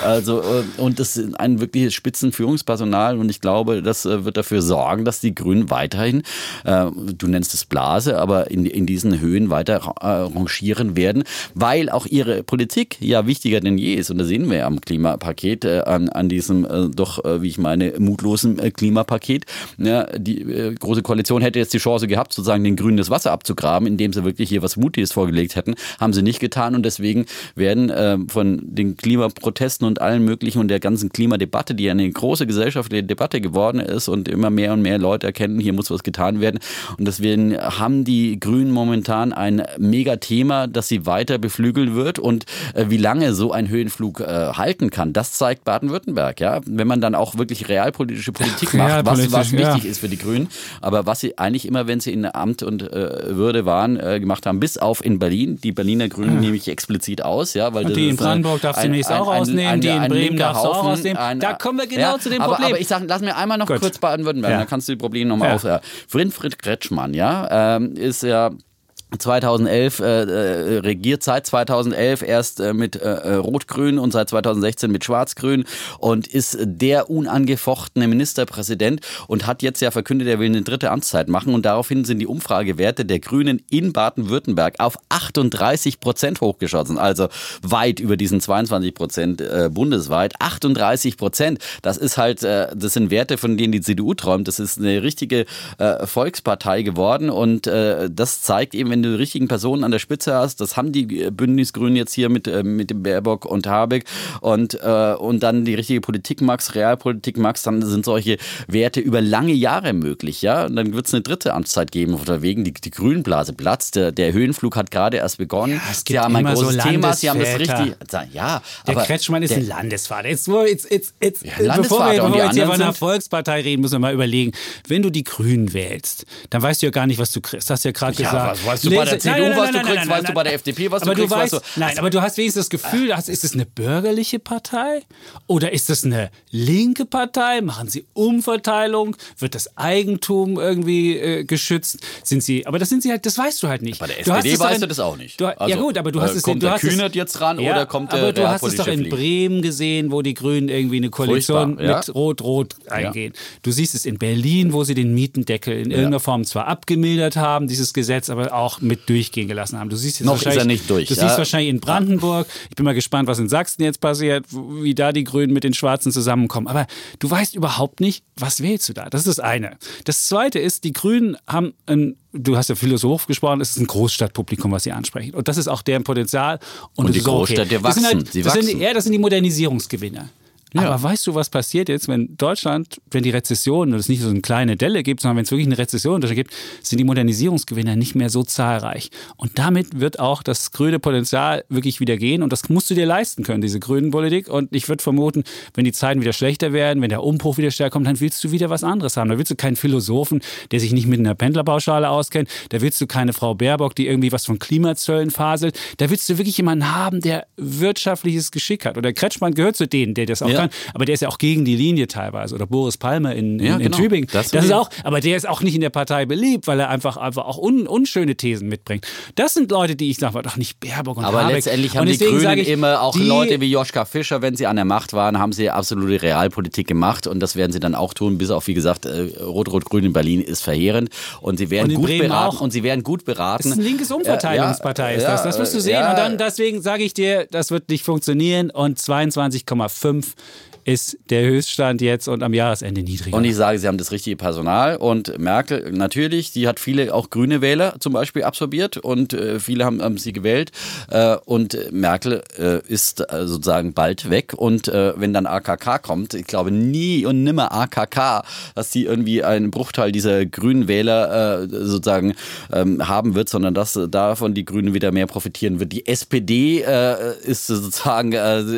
das ist ein wirkliches Spitzenführungspersonal und ich glaube, das wird dafür sorgen, dass die Grünen weiterhin, du nennst es Blase, aber in diesen Höhen weiter rangieren werden, weil auch ihre Politik ja wichtiger denn je ist. Und da sehen wir ja am Klimapaket, an diesem wie ich meine, mutlosen Klimapaket. Ja, die Große Koalition hätte jetzt die Chance gehabt, sozusagen den Grünen das Wasser abzugraben, indem sie wirklich hier was Mutiges vorgelegt hätten. Haben sie nicht getan und deswegen werden von den Klimaprotesten und allen möglichen und der ganzen Klimadebatte, die ja eine große gesellschaftliche Debatte geworden ist und immer mehr und mehr Leute erkennen, hier muss was getan werden. Und deswegen haben die Grünen momentan ein Megathema, das sie weiter beflügeln wird und wie lange so ein Höhenflug halten kann, das zeigt Baden-Württemberg. Ja? Wenn man dann auch wirklich realpolitische Politik macht, was wichtig ist für die Grünen, aber was sie eigentlich immer, wenn sie in Amt und Würde waren, gemacht haben, bis auf in Berlin, die Berliner Grünen nehme ich explizit aus. Ja, weil und die in Brandenburg darfst du demnächst auch ausnehmen, die in Bremen darfst du auch ausnehmen. Da kommen wir genau zu dem Problem. Aber ich sage, lass mir einmal noch kurz Baden-Württemberg, dann kannst du die Probleme nochmal aufhören. Winfried Kretschmann, ist ja 2011 regiert seit 2011 erst mit Rot-Grün und seit 2016 mit Schwarz-Grün und ist der unangefochtene Ministerpräsident und hat jetzt ja verkündet, er will eine dritte Amtszeit machen und daraufhin sind die Umfragewerte der Grünen in Baden-Württemberg auf 38% hochgeschossen, also weit über diesen 22% bundesweit. 38%, das ist halt, das sind Werte, von denen die CDU träumt. Das ist eine richtige Volkspartei geworden und das zeigt eben, wenn du die richtigen Personen an der Spitze hast, das haben die Bündnisgrünen jetzt hier mit dem Baerbock und Habeck und dann die richtige Politik machst, Realpolitik machst, dann sind solche Werte über lange Jahre möglich, ja, und dann wird es eine dritte Amtszeit geben oder wegen die Grünblase platzt, der Höhenflug hat gerade erst begonnen, ja, es gibt immer großes so Thema, sie haben das richtig, ja, der aber Kretschmann ist ein Landesvater, bevor wir jetzt hier von einer Volkspartei reden, müssen wir mal überlegen, wenn du die Grünen wählst, dann weißt du ja gar nicht, was du kriegst, das hast du ja gerade gesagt. Was weißt du bei der CDU, was du kriegst, weißt du bei der FDP, was du kriegst? Nein, aber du hast wenigstens das Gefühl, ist es eine bürgerliche Partei oder ist es eine linke Partei? Machen sie Umverteilung? Wird das Eigentum irgendwie geschützt? Aber das sind sie halt, das weißt du halt nicht. Bei der SPD weißt du das auch nicht. Ja gut, aber du hast es... Kommt der Kühnert jetzt ran oder kommt der aber du hast es doch in Bremen gesehen, wo die Grünen irgendwie eine Koalition mit Rot-Rot eingehen. Du siehst es in Berlin, wo sie den Mietendeckel in irgendeiner Form zwar abgemildert haben, dieses Gesetz, aber auch mit durchgehen gelassen haben. Du siehst jetzt noch ist er nicht durch. Du siehst wahrscheinlich in Brandenburg. Ich bin mal gespannt, was in Sachsen jetzt passiert, wie da die Grünen mit den Schwarzen zusammenkommen. Aber du weißt überhaupt nicht, was wählst du da? Das ist das eine. Das zweite ist, die Grünen haben du hast ja Philosoph gesprochen, es ist ein Großstadtpublikum, was sie ansprechen. Und das ist auch deren Potenzial. Und die Großstädte wachsen. Das sind die Modernisierungsgewinner. Ja. Aber weißt du, was passiert jetzt, wenn Deutschland, wenn die Rezession, und es nicht so eine kleine Delle gibt, sondern wenn es wirklich eine Rezession in Deutschland gibt, sind die Modernisierungsgewinner nicht mehr so zahlreich. Und damit wird auch das grüne Potenzial wirklich wieder gehen. Und das musst du dir leisten können, diese grünen Politik. Und ich würde vermuten, wenn die Zeiten wieder schlechter werden, wenn der Umbruch wieder stärker kommt, dann willst du wieder was anderes haben. Da willst du keinen Philosophen, der sich nicht mit einer Pendlerpauschale auskennt. Da willst du keine Frau Baerbock, die irgendwie was von Klimazöllen faselt. Da willst du wirklich jemanden haben, der wirtschaftliches Geschick hat. Oder Kretschmann gehört zu denen, der das auch kann. Aber der ist ja auch gegen die Linie teilweise. Oder Boris Palmer in Tübingen. Das ist auch, aber der ist auch nicht in der Partei beliebt, weil er einfach auch unschöne Thesen mitbringt. Das sind Leute, die ich sage, doch nicht Baerbock und aber Habeck. Letztendlich haben die Grünen immer auch Leute wie Joschka Fischer, wenn sie an der Macht waren, haben sie absolute Realpolitik gemacht und das werden sie dann auch tun, bis auf, wie gesagt, Rot-Rot-Grün in Berlin ist verheerend und sie werden gut beraten. Und sie werden gut beraten. Das ist eine linkes Umverteilungspartei, ist das. Das wirst du sehen. Und dann deswegen sage ich dir, das wird nicht funktionieren und 22,5 ist der Höchststand jetzt und am Jahresende niedriger. Und ich sage, sie haben das richtige Personal und Merkel natürlich, die hat viele auch grüne Wähler zum Beispiel absorbiert und viele haben sie gewählt und Merkel ist sozusagen bald weg und wenn dann AKK kommt, ich glaube nie und nimmer AKK, dass sie irgendwie einen Bruchteil dieser grünen Wähler sozusagen haben wird, sondern dass davon die Grünen wieder mehr profitieren wird. Die SPD ist sozusagen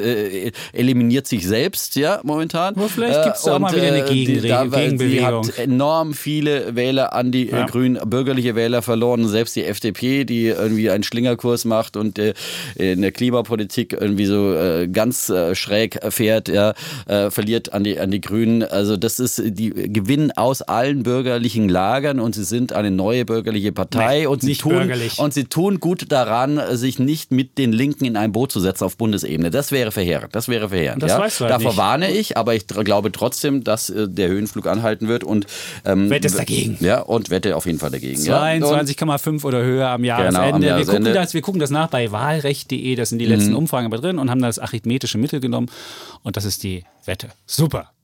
eliminiert sich selbst, ja, momentan. Aber vielleicht gibt es da auch mal wieder eine Gegenbewegung. Sie hat enorm viele Wähler an die grünen, bürgerliche Wähler verloren. Selbst die FDP, die irgendwie einen Schlingerkurs macht und in der Klimapolitik irgendwie so ganz schräg fährt, verliert an die Grünen. Also das ist, die gewinnen aus allen bürgerlichen Lagern und sie sind eine neue bürgerliche Partei. Nee, und sie tun gut daran, sich nicht mit den Linken in ein Boot zu setzen auf Bundesebene. Das wäre verheerend. Das weißt du halt Davor nicht. warne ich, aber ich glaube trotzdem, dass der Höhenflug anhalten wird und Wette ist dagegen. Ja, und Wette auf jeden Fall dagegen. 22,5 oder höher am Jahresende. Genau, wir gucken das nach bei wahlrecht.de, das sind die letzten Umfragen aber drin und haben das arithmetische Mittel genommen und das ist die Wette. Super.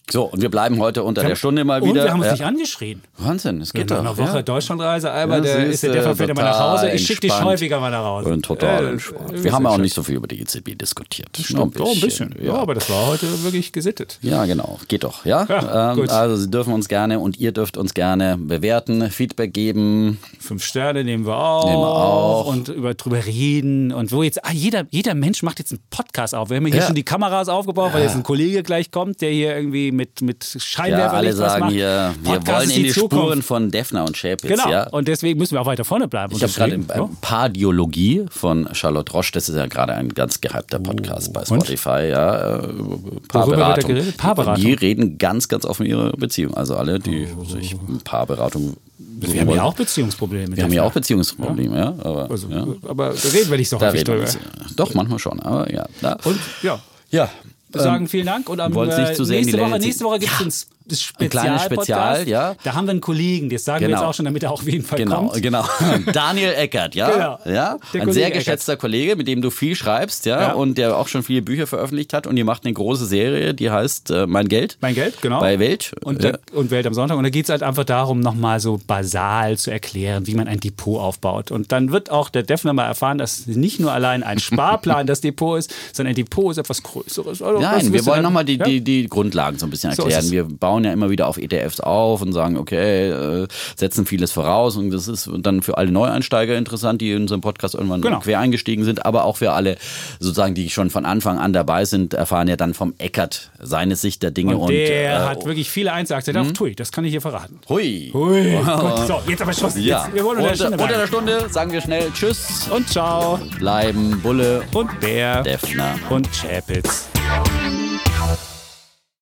So, und wir bleiben heute unter der Stunde mal wieder. Und wir haben uns nicht angeschrien. Wahnsinn, es geht Nach doch. einer Woche Deutschlandreise, aber der fährt immer nach Hause. Ich schicke dich häufiger mal nach Hause. Und total entspannt. Wir haben ja auch nicht so viel über die EZB diskutiert. Stimmt, ein bisschen. Ja, aber das war heute wirklich gesittet. Ja, genau. Geht doch, ja? Gut. Also Sie dürfen uns gerne und ihr dürft uns gerne bewerten, Feedback geben. 5 Sterne nehmen wir auch. Und drüber reden. Und wo jetzt, jeder Mensch macht jetzt einen Podcast auf. Wir haben hier schon die Kameras aufgebaut, weil jetzt ein Kollege gleich kommt, der hier irgendwie mit Scheinwerfer alle sagen macht. hier, wir wollen in die Spuren von Defner und Schäpitz. Genau, ja? Und deswegen müssen wir auch weiter vorne bleiben. Ich habe gerade Paardiologie von Charlotte Roche, das ist ja gerade ein ganz gehypter Podcast bei Spotify. Ja, Paarberatung. Paarberatung. Die reden ganz, ganz offen ihre Beziehung. Also alle, die sich Paarberatung... Wir haben ja auch Beziehungsprobleme. Wir haben ja auch Beziehungsprobleme, ja. Aber da reden wir nicht so häufig drüber. Doch, manchmal schon, aber ja. Und ja. Wir sagen vielen Dank und nächste Woche gibt es ein kleines Spezial, ja. Da haben wir einen Kollegen, das sagen wir jetzt auch schon, damit er auch auf jeden Fall kommt. Genau. Daniel Eckert, ja. Genau. Ja? Ein sehr geschätzter Kollege, mit dem du viel schreibst, ja, und der auch schon viele Bücher veröffentlicht hat und ihr macht eine große Serie, die heißt Mein Geld. Mein Geld, genau. Bei Welt. Und Welt am Sonntag. Und da geht es halt einfach darum, nochmal so basal zu erklären, wie man ein Depot aufbaut. Und dann wird auch der Defner mal erfahren, dass nicht nur allein ein Sparplan das Depot ist, sondern ein Depot ist etwas Größeres. Also, nein, wir wollen nochmal die Grundlagen so ein bisschen erklären. Wir bauen ja immer wieder auf ETFs auf und sagen, okay, setzen vieles voraus und das ist dann für alle Neueinsteiger interessant, die in unserem Podcast irgendwann quer eingestiegen sind, aber auch für alle sozusagen, die schon von Anfang an dabei sind, erfahren ja dann vom Eckert seine Sicht der Dinge. Und der hat wirklich viele Einzelaktien auf TUI, das kann ich hier verraten. Hui. So, jetzt aber Schluss. Ja. Wir wollen unter der Stunde sagen wir schnell Tschüss und Ciao. Bleiben Bulle und Bär Defner und Schäpitz.